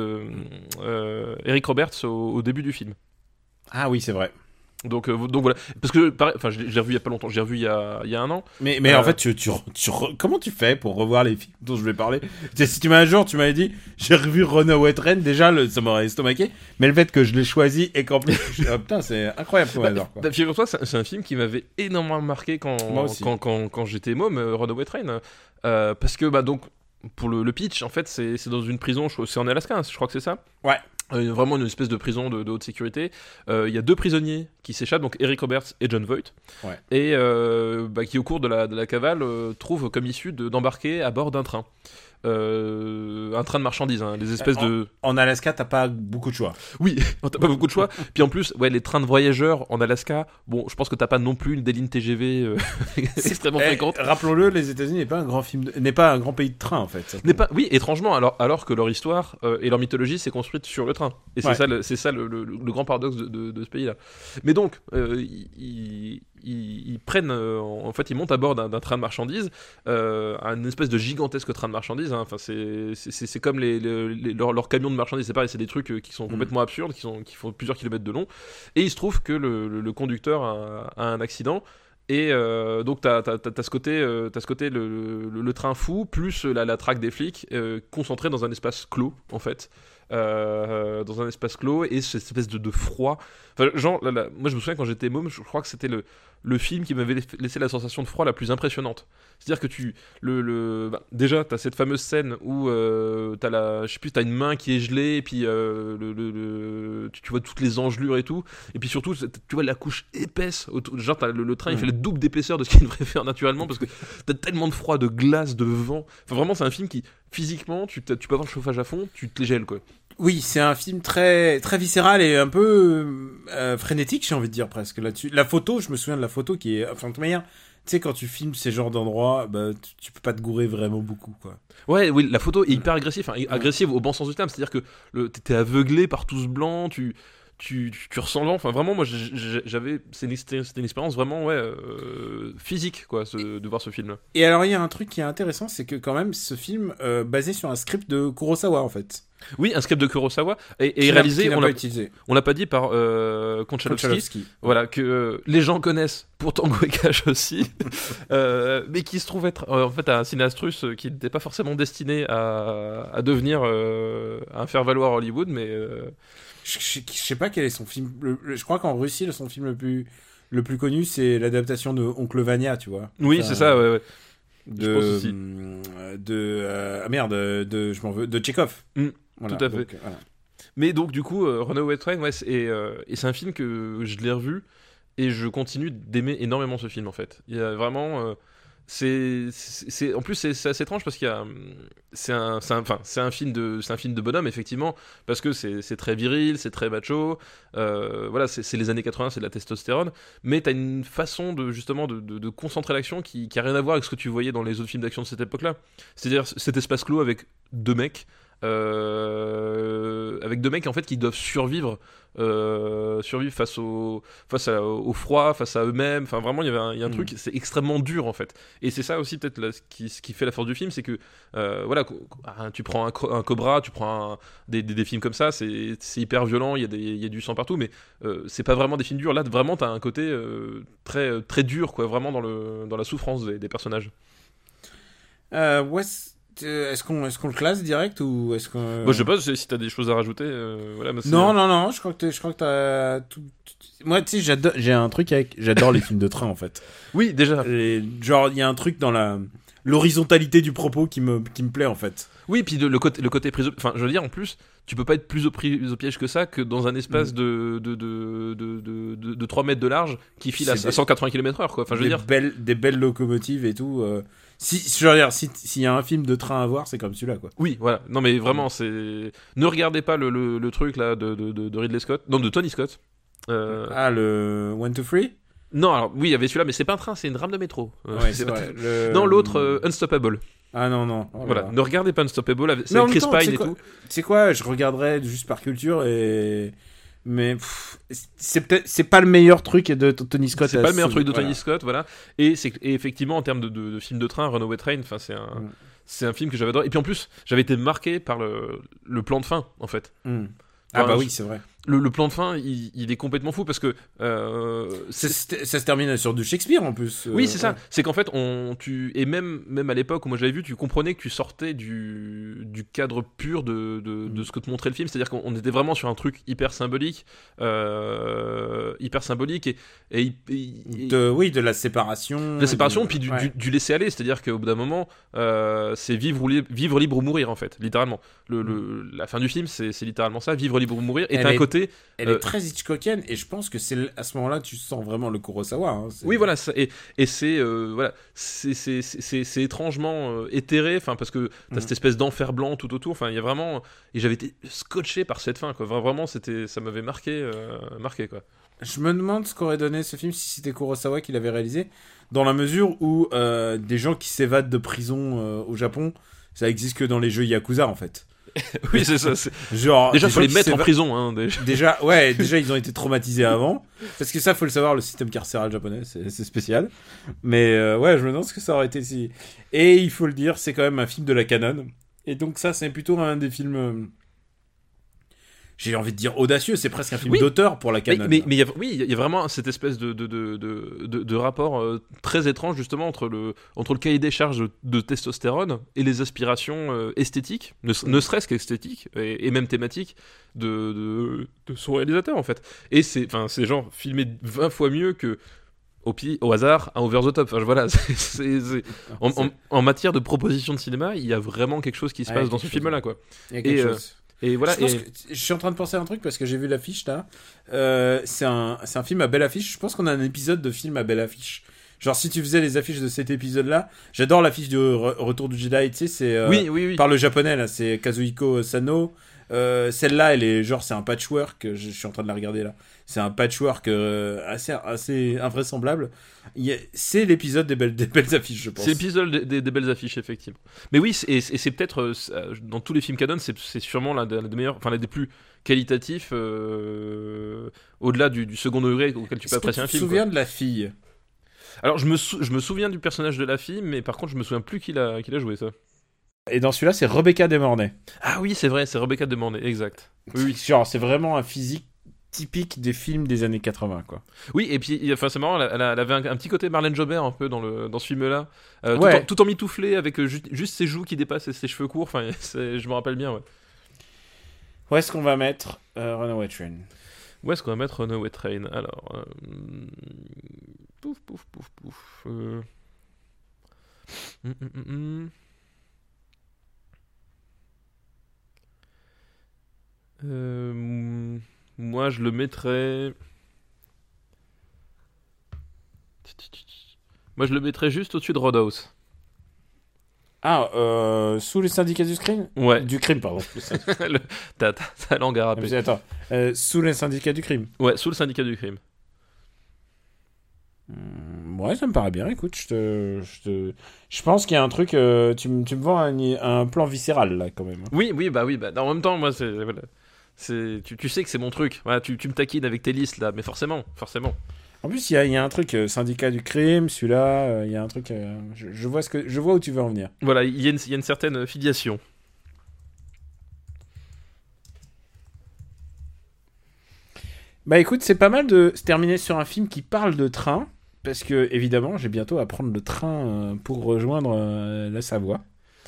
Eric Roberts au début du film. Ah oui, c'est vrai. Donc voilà, parce que enfin je l'ai revu il y a pas longtemps, j'ai revu il y a un an. Mais en fait comment tu fais pour revoir les films dont je vais parler? Si tu m'as un jour tu m'avais dit j'ai revu Runaway Train, déjà ça m'aurait estomaqué, mais le fait que je l'ai choisi et qu'en plus putain c'est incroyable comme hasard quoi. Figure-toi, c'est un film qui m'avait énormément marqué quand j'étais môme, Runaway Train, parce que bah donc pour le pitch en fait c'est dans une prison, c'est en Alaska, hein, je crois que c'est ça. Ouais. Vraiment une espèce de prison de haute sécurité. Il y a deux prisonniers qui s'échappent, donc Eric Roberts et John Voight, ouais. Et qui au cours de la cavale trouvent comme issue d'embarquer à bord d'un train. Un train de marchandises, hein, les espèces en Alaska, t'as pas beaucoup de choix. Oui, t'as pas beaucoup de choix. Puis en plus, ouais, les trains de voyageurs en Alaska, bon, je pense que t'as pas non plus des lignes TGV extrêmement fréquentes. Rappelons-le, les États-Unis n'est pas un grand pays de train en fait. Oui, étrangement, alors que leur histoire et leur mythologie s'est construite sur le train. Et c'est ça le grand paradoxe de ce pays-là. Mais donc, ils prennent, en fait, ils montent à bord d'un train de marchandises, un espèce de gigantesque train de marchandises. Hein. Enfin, c'est comme leurs camions de marchandises, c'est pareil, c'est des trucs qui sont complètement absurdes, qui font plusieurs kilomètres de long. Et il se trouve que le conducteur a un accident. Et donc t'as ce côté le train fou plus la traque des flics concentrés dans un espace clos en fait. Dans un espace clos et cette espèce de froid. Enfin, genre, moi je me souviens quand j'étais môme, je crois que c'était le film qui m'avait laissé la sensation de froid la plus impressionnante. C'est-à-dire que déjà t'as cette fameuse scène où t'as une main qui est gelée et puis tu vois toutes les engelures et tout, et puis surtout tu vois la couche épaisse genre le train il fait le double d'épaisseur de ce qu'il devrait faire naturellement parce que t'as tellement de froid, de glace, de vent. Enfin vraiment c'est un film qui physiquement tu peux avoir le chauffage à fond, tu te les gèles quoi. Oui, c'est un film très très viscéral et un peu frénétique, j'ai envie de dire presque là-dessus. La photo, je me souviens de la photo qui est, enfin de manière, tu sais quand tu filmes ces genres d'endroits, bah tu peux pas te gourer vraiment beaucoup quoi. Ouais, oui, la photo est hyper agressive, agressive au bon sens du terme, c'est-à-dire que t'es aveuglé par tout ce blanc, tu ressens l'an, enfin vraiment moi c'était une expérience vraiment physique quoi de voir ce film là. Et alors il y a un truc qui est intéressant, c'est que quand même ce film basé sur un script de Kurosawa en fait. Oui, un script de Kurosawa et Qui réalisé, n'a pas utilisé. on l'a pas dit, par Konchalovsky. Konchalovsky. Voilà, que les gens connaissent pour Tango et Cash aussi, mais qui se trouve être en fait un cinéaste russe qui n'était pas forcément destiné à devenir à faire valoir Hollywood, mais Je sais pas quel est son film. Je crois qu'en Russie, son film le plus connu, c'est l'adaptation de Oncle Vania, tu vois. oui, Enfin, c'est ça, ouais. Je pense De, aussi. je m'en veux, de Tchekhov. Voilà, tout à fait. donc, voilà. Mais donc du coup, Runaway Train, ouais, et c'est un film que je l'ai revu et je continue d'aimer énormément ce film en fait. Il y a vraiment, en plus c'est assez étrange parce qu'il y a, c'est un film de bonhomme effectivement parce que c'est très viril, c'est très macho, voilà, c'est les années 80, c'est de la testostérone, mais t'as une façon de concentrer l'action qui a rien à voir avec ce que tu voyais dans les autres films d'action de cette époque-là. C'est-à-dire cet espace clos avec deux mecs en fait qui doivent survivre face au froid, face à eux-mêmes. Enfin vraiment il y a un truc, c'est extrêmement dur en fait. Et c'est ça aussi peut-être là, ce qui fait la force du film, c'est que voilà, tu prends un Cobra, tu prends des films comme ça, c'est hyper violent, il y a du sang partout, mais c'est pas vraiment des films durs. Là vraiment t'as un côté très très dur quoi, vraiment dans la souffrance des personnages. Ouais. Est-ce qu'on le classe direct ou est-ce qu'on... Moi je sais pas si t'as des choses à rajouter. Voilà, non, je crois que t'as tout. Moi, tu sais, j'ai un truc j'adore les films de train en fait. Oui, déjà. Genre, il y a un truc dans l'horizontalité du propos qui me plaît en fait. Oui, puis le côté prise enfin je veux dire en plus, tu peux pas être plus au piège que ça, que dans un espace de 3 mètres de large qui file à 180 km/h quoi. Enfin je veux dire des belles locomotives et tout. Je veux dire, s'il y a un film de train à voir, c'est comme celui-là, quoi. Oui, voilà. Non, mais vraiment, ne regardez pas le truc là de Ridley Scott, non, de Tony Scott. Le 1, 2, 3 ? Non, alors oui, il y avait celui-là, mais c'est pas un train, c'est une rame de métro. Ouais, c'est vrai. Non, l'autre, Unstoppable. Ah non. Oh, voilà, ne regardez pas Unstoppable, c'est Chris Pine et tout. Tu sais quoi, je regarderais juste par culture et... Mais c'est pas le meilleur truc de Tony Scott. C'est pas le meilleur truc de Tony Scott, voilà. Et effectivement, en termes de film de train, Runaway Train, c'est un film que j'avais adoré. Et puis en plus, j'avais été marqué par le plan de fin, en fait. Ah bah oui, c'est vrai. Le plan de fin, il est complètement fou parce que ça se termine sur du Shakespeare en plus. Oui, c'est ça. C'est qu'en fait, et même à l'époque où moi j'avais vu, tu comprenais que tu sortais du cadre pur de ce que te montrait le film. C'est-à-dire qu'on était vraiment sur un truc hyper symbolique, de la séparation. De la séparation, puis du laisser aller. C'est-à-dire qu'au bout d'un moment, c'est vivre libre ou mourir en fait, littéralement. La fin du film, c'est littéralement ça, vivre libre ou mourir. Et t'as un côté. Elle est très Hitchcockienne et je pense que c'est à ce moment-là tu sens vraiment le Kurosawa. Hein, oui, voilà, et c'est voilà, c'est étrangement éthéré, enfin parce que t'as cette espèce d'enfer blanc tout autour. Enfin, il y a vraiment, et j'avais été scotché par cette fin, quoi. Vraiment, ça m'avait marqué quoi. Je me demande ce qu'aurait donné ce film si c'était Kurosawa qui l'avait réalisé, dans la mesure où des gens qui s'évadent de prison au Japon, ça existe que dans les jeux Yakuza en fait. Oui, c'est ça. Genre, déjà, faut les mettre en prison. Hein, déjà, ils ont été traumatisés avant. Parce que ça, faut le savoir, le système carcéral japonais, c'est spécial. Mais je me demande ce que ça aurait été si. Et il faut le dire, c'est quand même un film de la canon. Et donc, ça, c'est plutôt un des films. J'ai envie de dire audacieux, c'est presque un film d'auteur pour la canon. Mais il y a vraiment cette espèce de rapport très étrange justement entre le cahier des charges de testostérone et les aspirations esthétiques, ne serait-ce qu'esthétiques et même thématiques de son réalisateur en fait. Et c'est genre filmé 20 fois mieux que au hasard, un over the top. Enfin, voilà, en matière de proposition de cinéma, il y a vraiment quelque chose qui se passe dans ce film-là, quoi. Il y a quelque chose. Et voilà. Je suis en train de penser à un truc parce que j'ai vu l'affiche là. C'est un film à belle affiche. Je pense qu'on a un épisode de film à belle affiche. Genre si tu faisais les affiches de cet épisode-là, j'adore l'affiche de Retour du Jedi. Tu sais, c'est oui. par le japonais là, c'est Kazuhiko Sano. Celle-là, elle est genre c'est un patchwork. Je suis en train de la regarder là. C'est un patchwork assez invraisemblable. C'est l'épisode des belles affiches, je pense. C'est l'épisode des belles affiches, effectivement. Mais oui, et c'est peut-être dans tous les films canon, c'est sûrement l'un des meilleurs, enfin l'un des plus qualitatifs, au-delà du second degré auquel tu peux apprécier un film. Tu te souviens de la fille? Alors je me souviens du personnage de la fille, mais par contre je me souviens plus qui l'a joué ça. Et dans celui-là, c'est Rebecca De Mornay. Ah oui, c'est vrai, c'est Rebecca De Mornay, exact. Oui. Genre, c'est vraiment un physique typique des films des années 80, quoi. Oui, et puis enfin, c'est marrant, elle avait un petit côté Marlène Jobert un peu dans ce film-là. Ouais. Tout en mitouflé, avec juste ses joues qui dépassent et ses cheveux courts. Enfin, je me rappelle bien, ouais. Où est-ce qu'on va mettre Runaway Train? Où est-ce qu'on va mettre Runaway Train? Alors, pouf. Moi, je le mettrais. Moi, je le mettrais juste au-dessus de Roadhouse. Ah, sous les syndicats du crime? Ouais. Du crime, pardon. Ta langue à râper. Attends, sous les syndicats du crime. Ouais, sous le syndicat du crime. Ouais, ça me paraît bien. Écoute, je pense qu'il y a un truc. Tu me vends un plan viscéral là, quand même. Oui. En même temps, moi, voilà. Tu sais que c'est mon truc. Voilà, tu me taquines avec tes listes là, mais forcément. En plus, il y a un truc syndicat du crime. Celui-là, il y a un truc. Je vois où tu veux en venir. Voilà, il y a une certaine filiation. Bah écoute, c'est pas mal de se terminer sur un film qui parle de train, parce que évidemment, j'ai bientôt à prendre le train pour rejoindre la Savoie.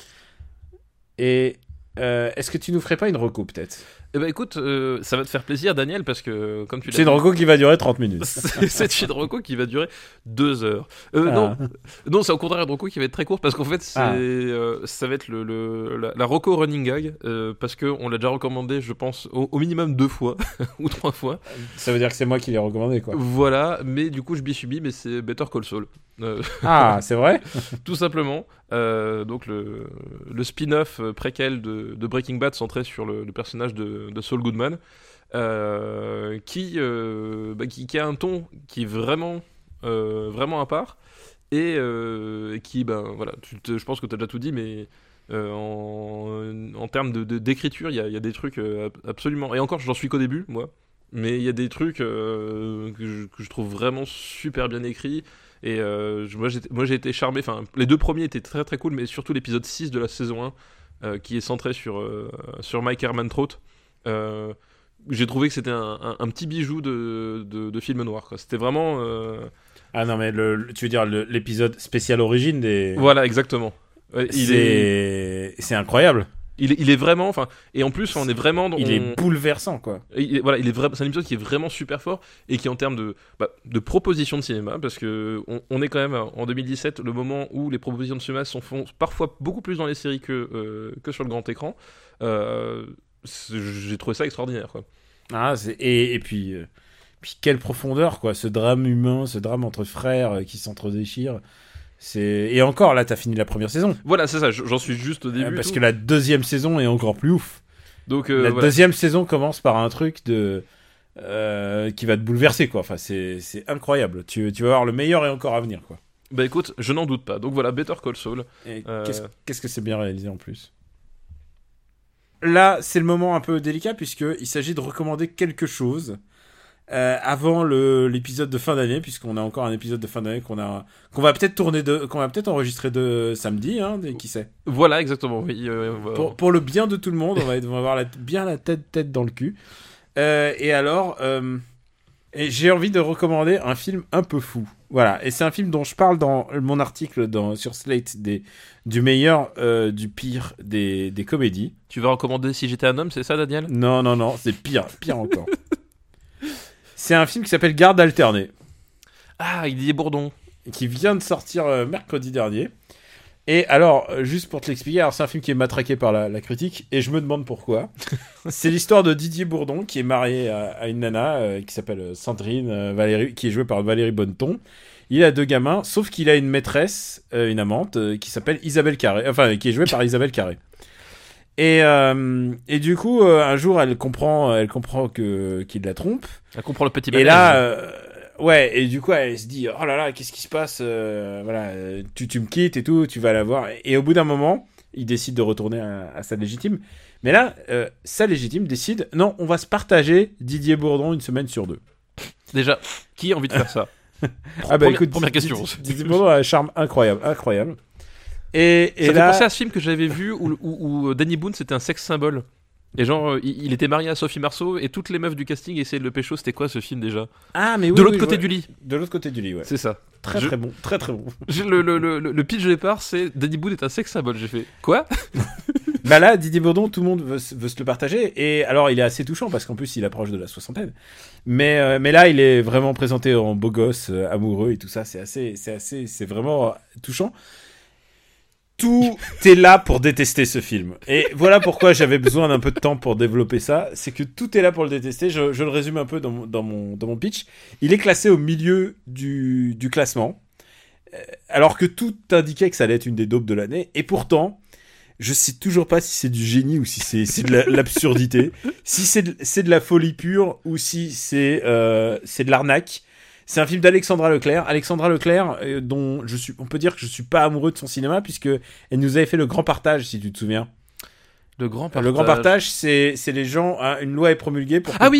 Et est-ce que tu nous ferais pas une reco peut-être? Eh ben écoute, ça va te faire plaisir, Daniel, parce que comme tu l'as C'est une reco qui va durer 30 minutes. c'est une reco qui va durer 2 heures. Non, c'est au contraire une reco qui va être très courte, parce qu'en fait, ça va être la reco running gag, parce qu'on l'a déjà recommandé, je pense, au minimum 2 fois, ou 3 fois. Ça veut dire que c'est moi qui l'ai recommandé, quoi. Voilà, mais du coup, je m'y subis, mais c'est Better Call Saul. Ah, c'est vrai? Tout simplement. Donc le spin-off préquel de Breaking Bad centré sur le personnage de Saul Goodman, qui a un ton qui est vraiment à part, et qui, voilà, je pense que tu as déjà tout dit, mais en termes d'écriture, il y a des trucs absolument... Et encore, j'en suis qu'au début, moi, mais il y a des trucs que je trouve vraiment super bien écrits. Et moi j'ai été charmé, enfin les 2 premiers étaient très très cool, mais surtout l'épisode 6 de la saison 1 qui est centré sur Mike Ehrmantraut. J'ai trouvé que c'était un petit bijou de film noir, quoi. C'était vraiment Ah non, mais tu veux dire l'épisode spécial origine des... Voilà, exactement. C'est incroyable. Il est vraiment, enfin, et en plus on est vraiment il est bouleversant, quoi. C'est un épisode qui est vraiment super fort, et qui, en termes de propositions de cinéma, parce que on est quand même en 2017, le moment où les propositions de cinéma sont font parfois beaucoup plus dans les séries que sur le grand écran. J'ai trouvé ça extraordinaire, quoi. Ah, et puis quelle profondeur, quoi, ce drame humain, ce drame entre frères qui s'entredéchirent. Et encore, là, t'as fini la première saison. Voilà, c'est ça, j'en suis juste au début. Parce que la deuxième saison est encore plus ouf. Donc, la deuxième saison commence par un truc qui va te bouleverser, quoi. Enfin, c'est incroyable. Tu vas voir, le meilleur est encore à venir, quoi. Bah écoute, je n'en doute pas. Donc voilà, Better Call Saul. Et qu'est-ce que c'est bien réalisé en plus. Là, c'est le moment un peu délicat, puisqu'il s'agit de recommander quelque chose avant l'épisode de fin d'année, puisqu'on a encore un épisode de fin d'année qu'on va peut-être enregistrer samedi, hein, qui sait. Voilà, exactement. Oui, pour le bien de tout le monde, on va avoir bien la tête dans le cul. Et alors, j'ai envie de recommander un film un peu fou. Voilà, et c'est un film dont je parle dans mon article sur Slate du meilleur, du pire des comédies. Tu vas recommander Si j'étais un homme, c'est ça, Daniel ? Non, c'est pire encore. C'est un film qui s'appelle Garde alternée. Ah, Didier Bourdon. Qui vient de sortir mercredi dernier. Et alors, juste pour te l'expliquer, c'est un film qui est matraqué par la critique, et je me demande pourquoi. C'est l'histoire de Didier Bourdon, qui est marié à une nana qui s'appelle Sandrine Valérie, qui est jouée par Valérie Bonneton. Il a 2 gamins, sauf qu'il a une maîtresse, une amante, qui s'appelle Isabelle Carré, enfin, qui est jouée par Isabelle Carré. Et du coup, un jour, elle comprend qu'il la trompe. Elle comprend le petit manège. Et là, ouais, et du coup, elle se dit, oh là là, qu'est-ce qui se passe, voilà, tu me quittes et tout, tu vas la voir. Et au bout d'un moment, il décide de retourner à sa légitime. Mais là, sa légitime décide, non, on va se partager Didier Bourdon une semaine sur 2. Déjà, qui a envie de faire ça? Ah bah écoute, première question. Didier Bourdon a un charme incroyable. Et Ça fait là, penser à ce film que j'avais vu où Danny Boone c'était un sexe symbole. Et genre, il était marié à Sophie Marceau et toutes les meufs du casting essayaient de le pécho. C'était quoi ce film déjà? mais oui, De l'autre oui, côté je du vois. lit. De l'autre côté du lit, ouais. C'est ça. Très bon, très bon. Le pitch de départ, c'est Danny Boone est un sexe symbole. J'ai fait quoi? Bah là, Didier Bourdon, tout le monde veut se le partager. Et alors, il est assez touchant parce qu'en plus, il approche de la soixantaine. Mais là, il est vraiment présenté en beau gosse, amoureux et tout ça. C'est vraiment touchant. Tout est là pour détester ce film. Et voilà pourquoi j'avais besoin d'un peu de temps pour développer ça. C'est que tout est là pour le détester. Je le résume un peu dans mon pitch. Il est classé au milieu du classement. Alors que tout indiquait que ça allait être une des daubes de l'année. Et pourtant, je sais toujours pas si c'est du génie ou si c'est de l'absurdité. Si c'est de la folie pure ou si c'est de l'arnaque. C'est un film d'Alexandra Leclerc. Alexandra Leclerc, dont on peut dire que je suis pas amoureux de son cinéma puisque elle nous avait fait Le Grand Partage, si tu te souviens. Le Grand Partage. Le Grand Partage, c'est les gens. Une loi est promulguée pour que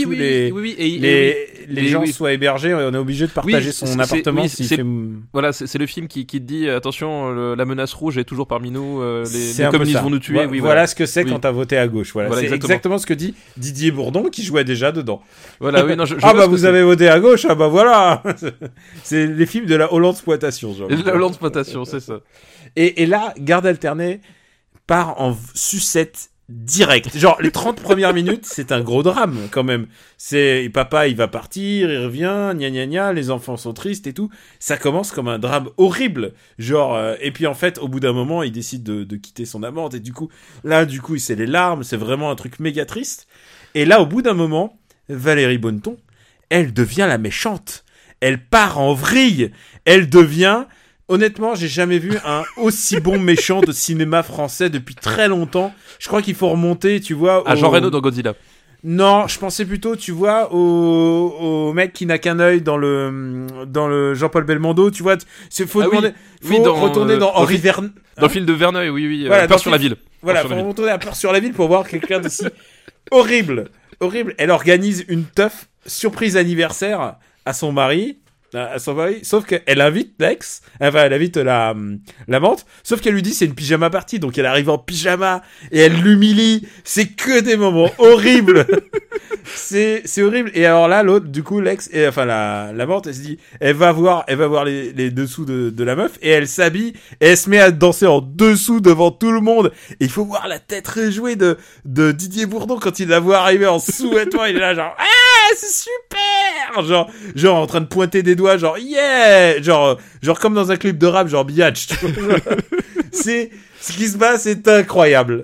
les gens soient hébergés. Et on est obligé de partager son appartement. Voilà, c'est le film qui te dit attention, la menace rouge est toujours parmi nous. Les un peu communistes ça. vont nous tuer. Voilà ce que c'est quand t'as voté à gauche. Voilà, c'est exactement. exactement ce que dit Didier Bourdon qui jouait déjà dedans. Voilà, oui, non, vous avez voté à gauche. Ah bah voilà. C'est les films de la Hollande-exploitation. La Hollande-exploitation, c'est ça. Et là, Garde alternée part en sucette direct. Genre, les 30 premières minutes, c'est un gros drame, quand même. Papa, il va partir, il revient, gna gna gna, les enfants sont tristes et tout. Ça commence comme un drame horrible. Genre, et puis en fait, au bout d'un moment, il décide de quitter son amante, et du coup, c'est les larmes, c'est vraiment un truc méga triste. Et là, au bout d'un moment, Valérie Bonneton, elle devient la méchante. Elle part en vrille. Elle devient... Honnêtement, j'ai jamais vu un aussi bon méchant de cinéma français depuis très longtemps. Je crois qu'il faut remonter, tu vois... À Jean Reno dans Godzilla. Non, je pensais plutôt, tu vois, au mec qui n'a qu'un œil dans le Jean-Paul Belmondo, tu vois. Faut retourner dans Henri Verneuil. Dans le film de Verneuil, oui. Voilà, Peur sur la ville. Voilà, faut retourner à Peur sur la ville pour voir quelqu'un d'aussi horrible. Elle organise une teuf surprise anniversaire à son mari, sauf qu'elle invite l'ex, elle invite l'amante, sauf qu'elle lui dit c'est une pyjama party, donc elle arrive en pyjama et elle l'humilie. C'est que des moments horribles. c'est horrible. Et alors là, l'autre, du coup, l'amante, elle se dit, elle va voir les dessous de la meuf et elle s'habille et elle se met à danser en dessous devant tout le monde. Et il faut voir la tête réjouie de Didier Bourdon quand il la voit arriver en sous-vêtements. Il est là genre, c'est super! Genre en train de pointer des doigts, genre, yeah! Genre comme dans un clip de rap, genre biatch, tu vois. Ce qui se passe, c'est incroyable.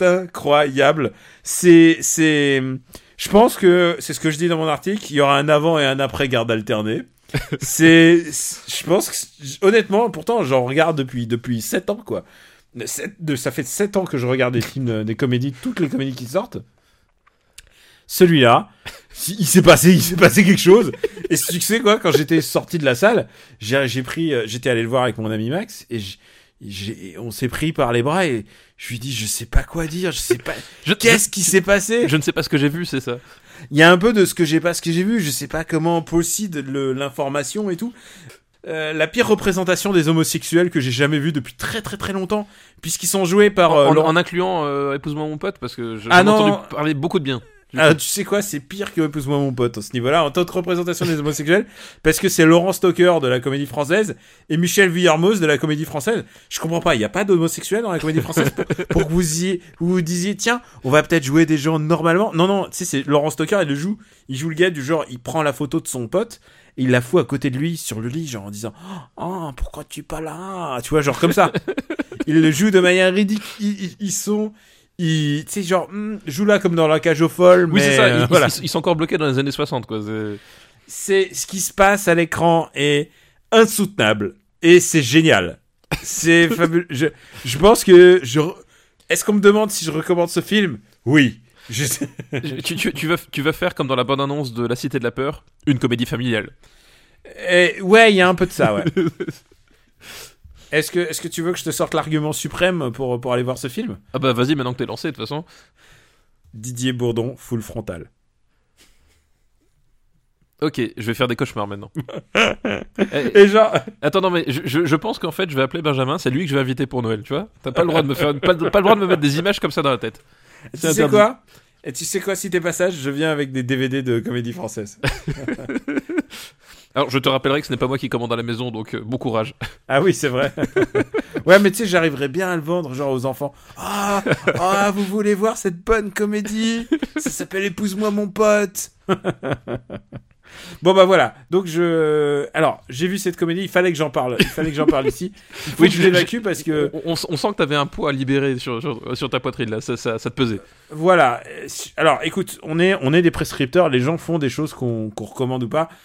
Je pense que, c'est ce que je dis dans mon article, il y aura un avant et un après Garde alternée. Je pense que, honnêtement, pourtant, j'en regarde depuis 7 ans, quoi. Ça fait 7 ans que je regarde des films, des comédies, toutes les comédies qui sortent. Celui-là, il s'est passé quelque chose. Et tu sais quoi, quand j'étais sorti de la salle, j'étais allé le voir avec mon ami Max et on s'est pris par les bras et je lui dis je sais pas quoi dire, je sais pas qu'est-ce qui s'est passé. Je ne sais pas ce que j'ai vu, c'est ça. Il y a un peu de ce que j'ai vu, je sais pas comment possède l'information et tout. La pire représentation des homosexuels que j'ai jamais vue depuis très très très longtemps, puisqu'ils sont joués par en incluant Épouse-moi mon pote, parce que j'en ai entendu parler beaucoup de bien. Tu sais quoi, c'est pire que Épouse-moi mon pote à ce niveau-là, en tant que représentation des homosexuels, parce que c'est Laurent Stocker de la comédie française et Michel Vuillermoz de la comédie française. Je comprends pas, il y a pas d'homosexuels dans la comédie française pour que vous disiez tiens, on va peut-être jouer des gens normalement. Non, tu sais, c'est Laurent Stocker, il joue le gars du genre, il prend la photo de son pote et il la fout à côté de lui sur le lit, genre en disant oh pourquoi tu es pas là, tu vois, genre comme ça. Il le joue de manière ridicule. Tu sais, genre, joue là comme dans La Cage aux Folles, oui, mais c'est ça. voilà. Ils sont encore bloqués dans les années 60, quoi. C'est ce qui se passe à l'écran est insoutenable et c'est génial. C'est fabuleux. Je pense que est-ce qu'on me demande si je recommande ce film? Oui. Tu vas faire comme dans la bande-annonce de La Cité de la Peur, une comédie familiale. Ouais, il y a un peu de ça, ouais. Est-ce que tu veux que je te sorte l'argument suprême pour aller voir ce film? Ah bah vas-y, maintenant que t'es lancé, de toute façon. Didier Bourdon, full frontal. Ok, je vais faire des cauchemars maintenant. Et genre, Attends, non, mais je pense qu'en fait, je vais appeler Benjamin, c'est lui que je vais inviter pour Noël, tu vois. T'as pas le droit de me faire, pas le droit de me mettre des images comme ça dans la tête. tu C'est sais interdit. quoi? Et tu sais quoi, si t'es pas sage, je viens avec des DVD de comédie française. Alors, je te rappellerai que ce n'est pas moi qui commande à la maison, donc bon courage. Ah oui, c'est vrai. Ouais, mais tu sais, j'arriverais bien à le vendre, genre aux enfants. Ah, vous voulez voir cette bonne comédie? Ça s'appelle Épouse-moi mon pote. Bon bah voilà. Donc alors j'ai vu cette comédie. Il fallait que j'en parle. Il fallait que j'en parle ici. Il faut Oui, que je l'évacue parce que On sent que t'avais un poids à libérer sur ta poitrine, là, ça te pesait. voilà. Alors écoute, on est des prescripteurs. Les gens font des choses qu'on recommande ou pas.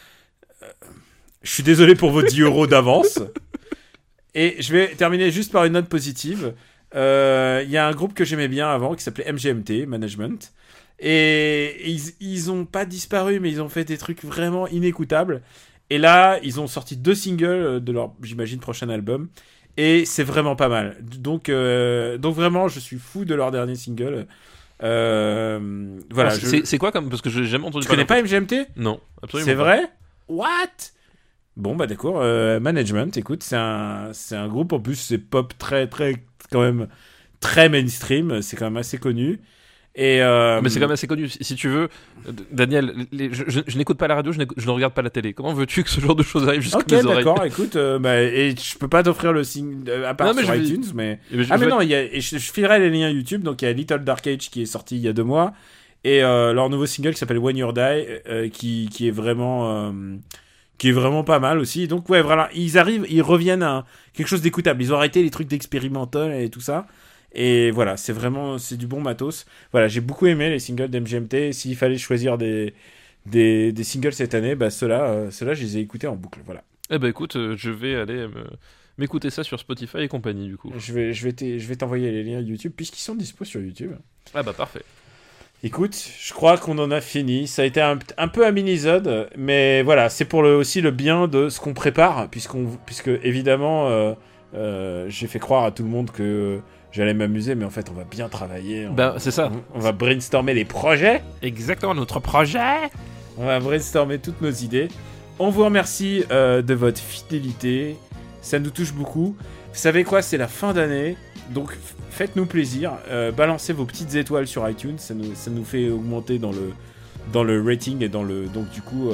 Je suis désolé pour vos 10 € d'avance. Et je vais terminer juste par une note positive. Il y a un groupe que j'aimais bien avant qui s'appelait MGMT Management. Et ils ont pas disparu, mais ils ont fait des trucs vraiment inécoutables. Et là, ils ont sorti 2 singles de leur, j'imagine, prochain album. Et c'est vraiment pas mal. Donc vraiment, je suis fou de leur dernier single. Voilà. Alors, c'est quoi comme... Parce que j'ai jamais entendu Tu connais parler. pas MGMT? Non, absolument C'est pas. vrai? What? Bon, bah d'accord. Management, écoute, c'est un groupe, en plus, c'est pop très, très, quand même, très mainstream. C'est quand même assez connu. Et Mais c'est quand même assez connu. Si tu veux, Daniel, je n'écoute pas la radio, je ne regarde pas la télé. Comment veux-tu que ce genre de choses arrive jusqu'à Ok, mes oreilles? d'accord, écoute, et je peux pas t'offrir le signe à part Non, mais sur je vais- iTunes, mais... Mais Ah mais non, et je filerai les liens YouTube, donc il y a Little Dark Age qui est sorti il y a 2 mois, et leur nouveau single qui s'appelle When You Die, qui est vraiment pas mal aussi. Donc ouais, voilà, ils reviennent à quelque chose d'écoutable. Ils ont arrêté les trucs d'expérimental et tout ça. Et voilà, c'est du bon matos. Voilà, j'ai beaucoup aimé les singles d'MGMT. S'il fallait choisir des singles cette année, bah ceux-là, je les ai écoutés en boucle. Voilà. Eh ben écoute, je vais aller m'écouter ça sur Spotify et compagnie du coup. Je vais t'envoyer les liens YouTube puisqu'ils sont dispo sur YouTube. Ah bah parfait. Écoute, je crois qu'on en a fini. Ça a été un peu un mini-zode, mais voilà, c'est pour aussi le bien de ce qu'on prépare, puisque évidemment, j'ai fait croire à tout le monde que j'allais m'amuser, mais en fait, on va bien travailler. Bah c'est ça. On va brainstormer les projets. Exactement, notre projet. On va brainstormer toutes nos idées. On vous remercie de votre fidélité. Ça nous touche beaucoup. Vous savez quoi, c'est la fin d'année. Donc faites-nous plaisir. Balancez vos petites étoiles sur iTunes. Ça nous fait augmenter dans le rating et dans le... Donc du coup,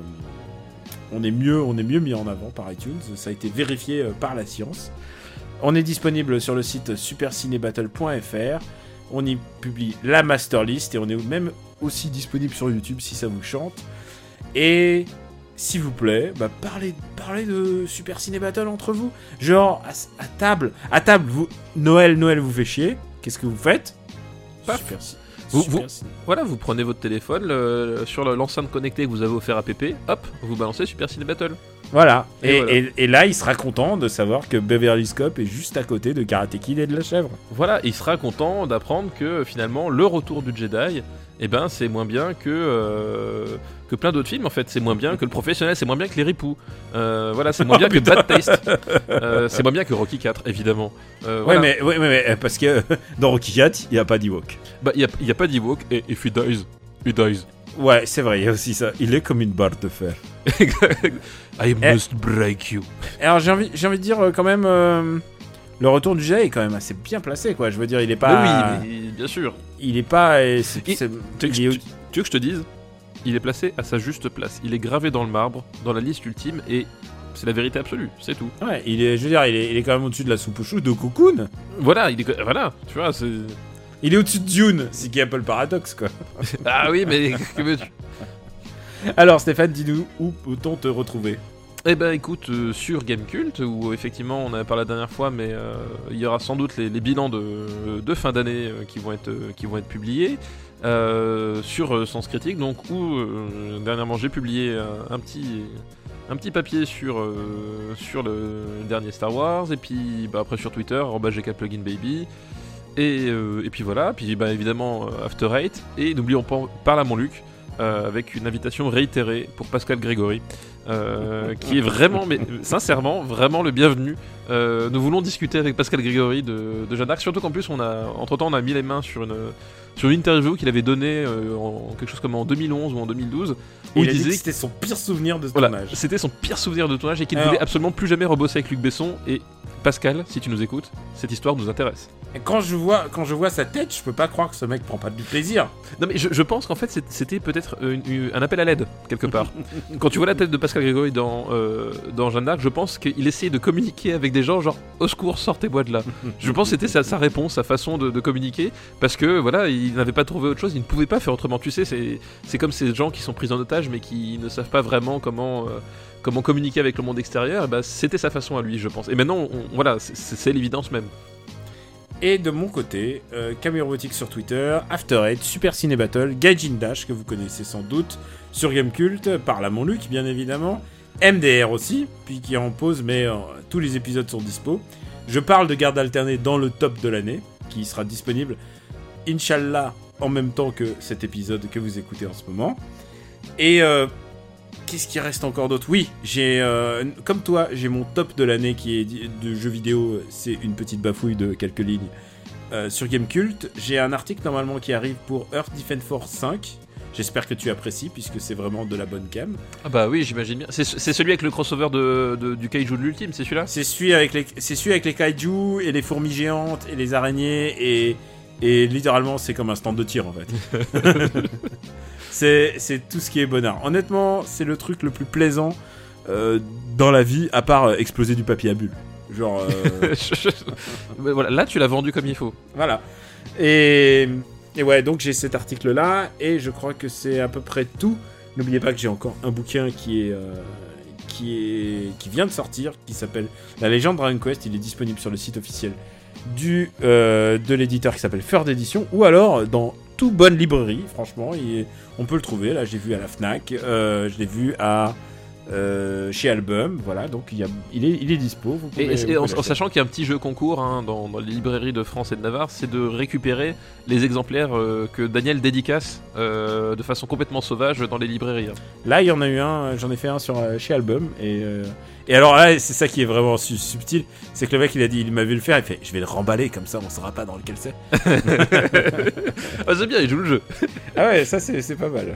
on est mieux mis en avant par iTunes. Ça a été vérifié par la science. On est disponible sur le site supercinébattle.fr. On y publie la master list et on est même aussi disponible sur YouTube si ça vous chante. Et s'il vous plaît, bah parlez de Super Ciné Battle entre vous. Genre à table, vous Noël vous fait chier. Qu'est-ce que vous faites? Paf. Voilà, vous prenez votre téléphone sur l'enceinte connectée que vous avez offert à Pépé, hop, vous balancez Super Ciné Battle. Voilà. Et voilà. Et là, il sera content de savoir que Beverly Hills Cop est juste à côté de Karate Kid et de la chèvre. Voilà, il sera content d'apprendre que finalement le retour du Jedi, eh ben c'est moins bien que plein d'autres films en fait. C'est moins bien que Le Professionnel, c'est moins bien que Les Ripoux. Voilà, c'est moins bien que Bad Taste. C'est moins bien que Rocky 4 évidemment. Voilà. Ouais, mais parce que dans Rocky 4, il y a pas d'Ewok. Bah il y a pas d'Ewok et if he dies, he dies. Ouais, c'est vrai, il y a aussi ça. Il est comme une barre de fer. I must break you. Alors j'ai envie de dire quand même, le retour du Jedi est quand même assez bien placé, quoi. Je veux dire, il est pas. Oui, mais bien sûr. Il est pas. Tu veux que je te dise, il est placé à sa juste place. Il est gravé dans le marbre, dans la liste ultime, et c'est la vérité absolue. C'est tout. Ouais, je veux dire, il est quand même au-dessus de la soupe aux choux de Cocoon. Voilà, voilà. Tu vois, c'est. Il est au-dessus de Dune, c'est qui Apple Paradox, quoi. Ah oui, mais que veux-tu? Alors Stéphane, dis-nous où peut-on te retrouver? Eh ben écoute, sur Gamecult, où effectivement on en a parlé la dernière fois, mais il y aura sans doute les bilans de fin d'année qui vont être publiés. Sur Sens Critique, donc où dernièrement j'ai publié un petit papier sur le dernier Star Wars, et puis après sur Twitter, @gkpluginbaby. Et puis voilà, puis évidemment After Eight, et n'oublions pas, parle à mon Luc, avec une invitation réitérée pour Pascal Grégory, qui est vraiment, mais sincèrement, vraiment le bienvenu. Nous voulons discuter avec Pascal Grégory de Jeanne d'Arc, surtout qu'en plus, entre-temps, on a mis les mains sur une interview qu'il avait donnée en quelque chose comme en 2011 ou en 2012, où il disait que c'était son pire souvenir de voilà, tournage. C'était son pire souvenir de tournage et qu'il ne voulait absolument plus jamais rebosser avec Luc Besson. Et Pascal, si tu nous écoutes, cette histoire nous intéresse. Et quand je vois sa tête, je peux pas croire que ce mec prend pas du plaisir. Non mais je pense qu'en fait c'était peut-être un appel à l'aide quelque part. Quand tu vois la tête de Pascal Grégory dans Jeanne d'Arc, je pense qu'il essayait de communiquer avec des gens genre au secours, sortez-moi de là. Je pense que c'était sa réponse, sa façon de communiquer, parce que voilà, il n'avait pas trouvé autre chose, il ne pouvait pas faire autrement. Tu sais, c'est comme ces gens qui sont pris en otage mais qui ne savent pas vraiment comment communiquer avec le monde extérieur. Et bah, c'était sa façon à lui, je pense. Et maintenant, voilà, c'est l'évidence même. Et de mon côté, Camille Robotics sur Twitter, After Eight, Super Ciné Battle, Gaijin Dash, que vous connaissez sans doute, sur Gamecult, par la Montluc, bien évidemment, MDR aussi, puis qui est en pause, mais tous les épisodes sont dispo. Je parle de Garde alternée dans le top de l'année, qui sera disponible, Inch'Allah, en même temps que cet épisode que vous écoutez en ce moment. Et qu'est-ce qui reste encore d'autre ? Oui, comme toi, j'ai mon top de l'année qui est de jeux vidéo. C'est une petite bafouille de quelques lignes sur Gamecult. J'ai un article normalement qui arrive pour Earth Defense Force 5. J'espère que tu apprécies puisque c'est vraiment de la bonne cam. Ah bah oui, j'imagine bien. C'est celui avec le crossover du kaiju de l'ultime, c'est celui-là ? C'est celui avec les kaiju et les fourmis géantes et les araignées et littéralement c'est comme un stand de tir en fait. C'est tout ce qui est bonheur. Honnêtement, c'est le truc le plus plaisant dans la vie, à part exploser du papier à bulles. Genre. Mais voilà, là, tu l'as vendu comme il faut. Voilà. Et ouais, donc j'ai cet article-là, et je crois que c'est à peu près tout. N'oubliez pas que j'ai encore un bouquin qui vient de sortir, qui s'appelle La Légende Dragon Quest. Il est disponible sur le site officiel de l'éditeur qui s'appelle Third Edition, ou alors dans toute bonne librairie, franchement, on peut le trouver. Là, j'ai vu à la Fnac, je l'ai vu chez Album, voilà, donc il est dispo. Vous pouvez, en sachant qu'il y a un petit jeu concours dans les librairies de France et de Navarre, c'est de récupérer les exemplaires que Daniel dédicace de façon complètement sauvage dans les librairies. Là, il y en a eu un, j'en ai fait un chez Album, et alors là, c'est ça qui est vraiment subtil, c'est que le mec il m'a vu le faire, il fait je vais le remballer comme ça, on saura pas dans lequel c'est. Ah, c'est bien, il joue le jeu. Ah ouais, ça c'est pas mal.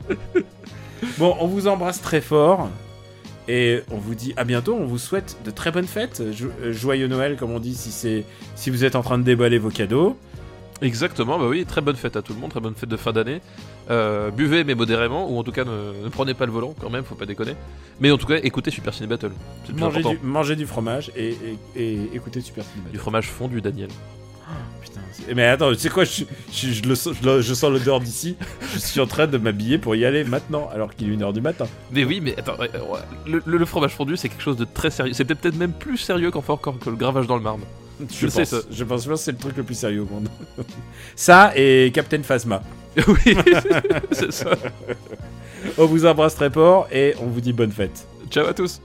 Bon, on vous embrasse très fort et on vous dit à bientôt. On vous souhaite de très bonnes fêtes, joyeux Noël comme on dit si vous êtes en train de déballer vos cadeaux. Exactement, bah oui, très bonne fête à tout le monde, très bonne fête de fin d'année. Buvez mais modérément, ou en tout cas ne prenez pas le volant quand même, faut pas déconner. Mais en tout cas, écoutez Super Ciné Battle, c'est le plus important. Mangez du fromage et écoutez Super Ciné Battle. Du fromage fondu, Daniel. Putain, mais attends, tu sais quoi, je sens l'odeur d'ici. Je suis en train de m'habiller pour y aller maintenant, alors qu'il est 1h du matin. Mais oui, mais attends, le fromage fondu, c'est quelque chose de très sérieux. C'est peut-être même plus sérieux encore que le gravage dans le marbre. Je pense que c'est le truc le plus sérieux au monde. Ça et Captain Phasma. Oui, c'est ça. On vous embrasse très fort et on vous dit bonne fête. Ciao à tous.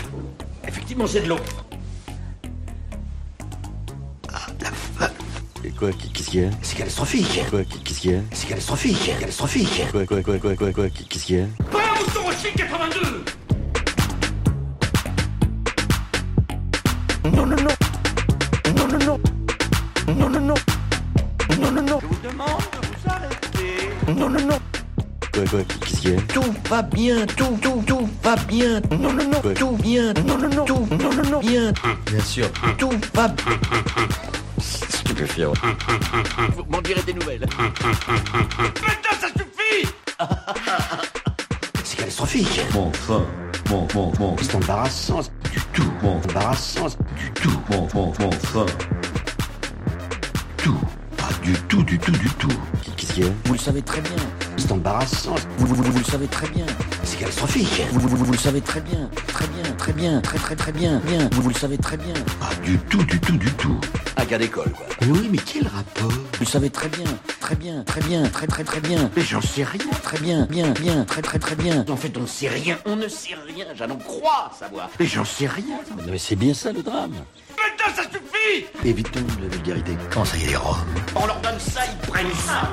Effectivement, c'est de l'eau. Quoi qu'est-ce qu'il y a? C'est catastrophique. Quoi qu'est-ce qu'il y a? C'est catastrophique. Catastrophique. Quoi qu'est-ce qu'il y a? Pas un bouton aussi 82. Non. Je vous demande de vous arrêter. Non. Quoi qu'est-ce qu'il y a? Tout va bien. Tout va bien. Quoi? Tout bien. Tout bien. Bien sûr. Tout va bien. Stupéfiant. Vous m'en direz des nouvelles. Maintenant, ça suffit. C'est catastrophique. Bon. C'est embarrassant du tout. Embarrassant du tout. Bon. Tout. Pas du tout. Qu'est-ce qu'il y a? Vous le savez très bien. C'est embarrassant. Vous le savez très bien. C'est catastrophique. Vous le savez très bien. Très bien. Bien. Vous le savez très bien. Pas du tout. À cas d'école, quoi. Mais oui, mais quel rapport? Vous le savez très bien. Très bien. Mais j'en sais rien. Très bien. Très bien. En fait, on ne sait rien. On ne sait rien. J'en crois savoir. Mais j'en sais rien. Mais c'est bien ça le drame. Maintenant, ça suffit. Évitons la vulgarité. Quand ça y est, les Roms. On leur donne ça, ils prennent ça.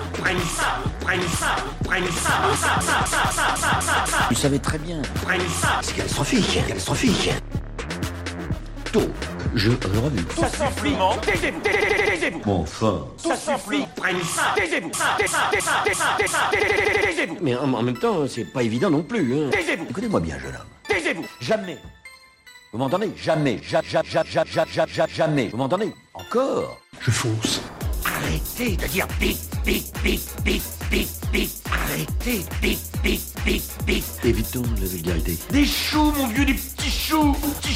Vous le savez très bien. Prennent ça. C'est catastrophique. Tôt, je revu. Ça suffit. Taisez-vous. Bon, enfin. Ça suffit. Prennent ça. Taisez-vous. Taisez-vous. Mais en même temps, c'est pas évident non plus. Hein. Taisez-vous. Écoutez-moi bien, jeune homme. Taisez-vous. Jamais. Vous m'entendez? Jamais. Jamais. Vous m'entendez? Encore. Je fonce. Arrêtez de dire bip. Arrêtez, bip. Évitons la vulgarité. Des choux, mon vieux, des petits choux.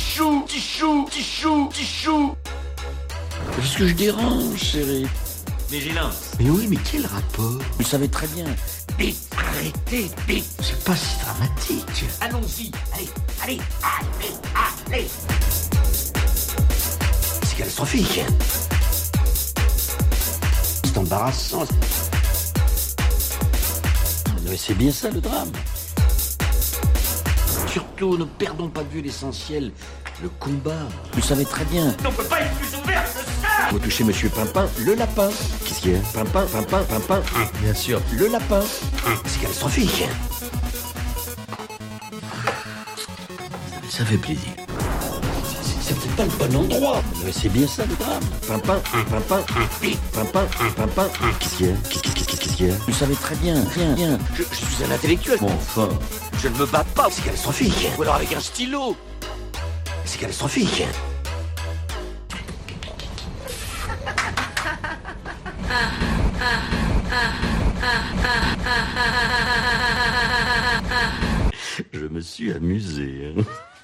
Qu'est-ce que je dérange, chérie? Vigilance. Mais oui, mais quel rapport? Vous le savez très bien. Bip. Arrêtez, bip. C'est pas si dramatique. Allons-y. Allez. C'est catastrophique. C'est embarrassant. Mais c'est bien ça le drame. Surtout, ne perdons pas de vue l'essentiel. Le combat. Vous savez très bien. On peut pas être plus ouvert que ça. Faut toucher Monsieur Pimpin, le lapin. Qu'est-ce qu'il y a? Pimpin. Bien sûr. Le lapin. C'est catastrophique. Ça fait plaisir. C'est peut-être pas le bon endroit. Mais c'est bien ça le drame. Pimpin. Qu'est-ce qu'il y a? Qu'est-ce qu'il y a? Vous le savez très bien. Bien. Je suis un intellectuel. Bon, enfin. Je ne me bats pas. C'est catastrophique. Ou alors avec un stylo. C'est catastrophique. Je me suis amusé. Hein.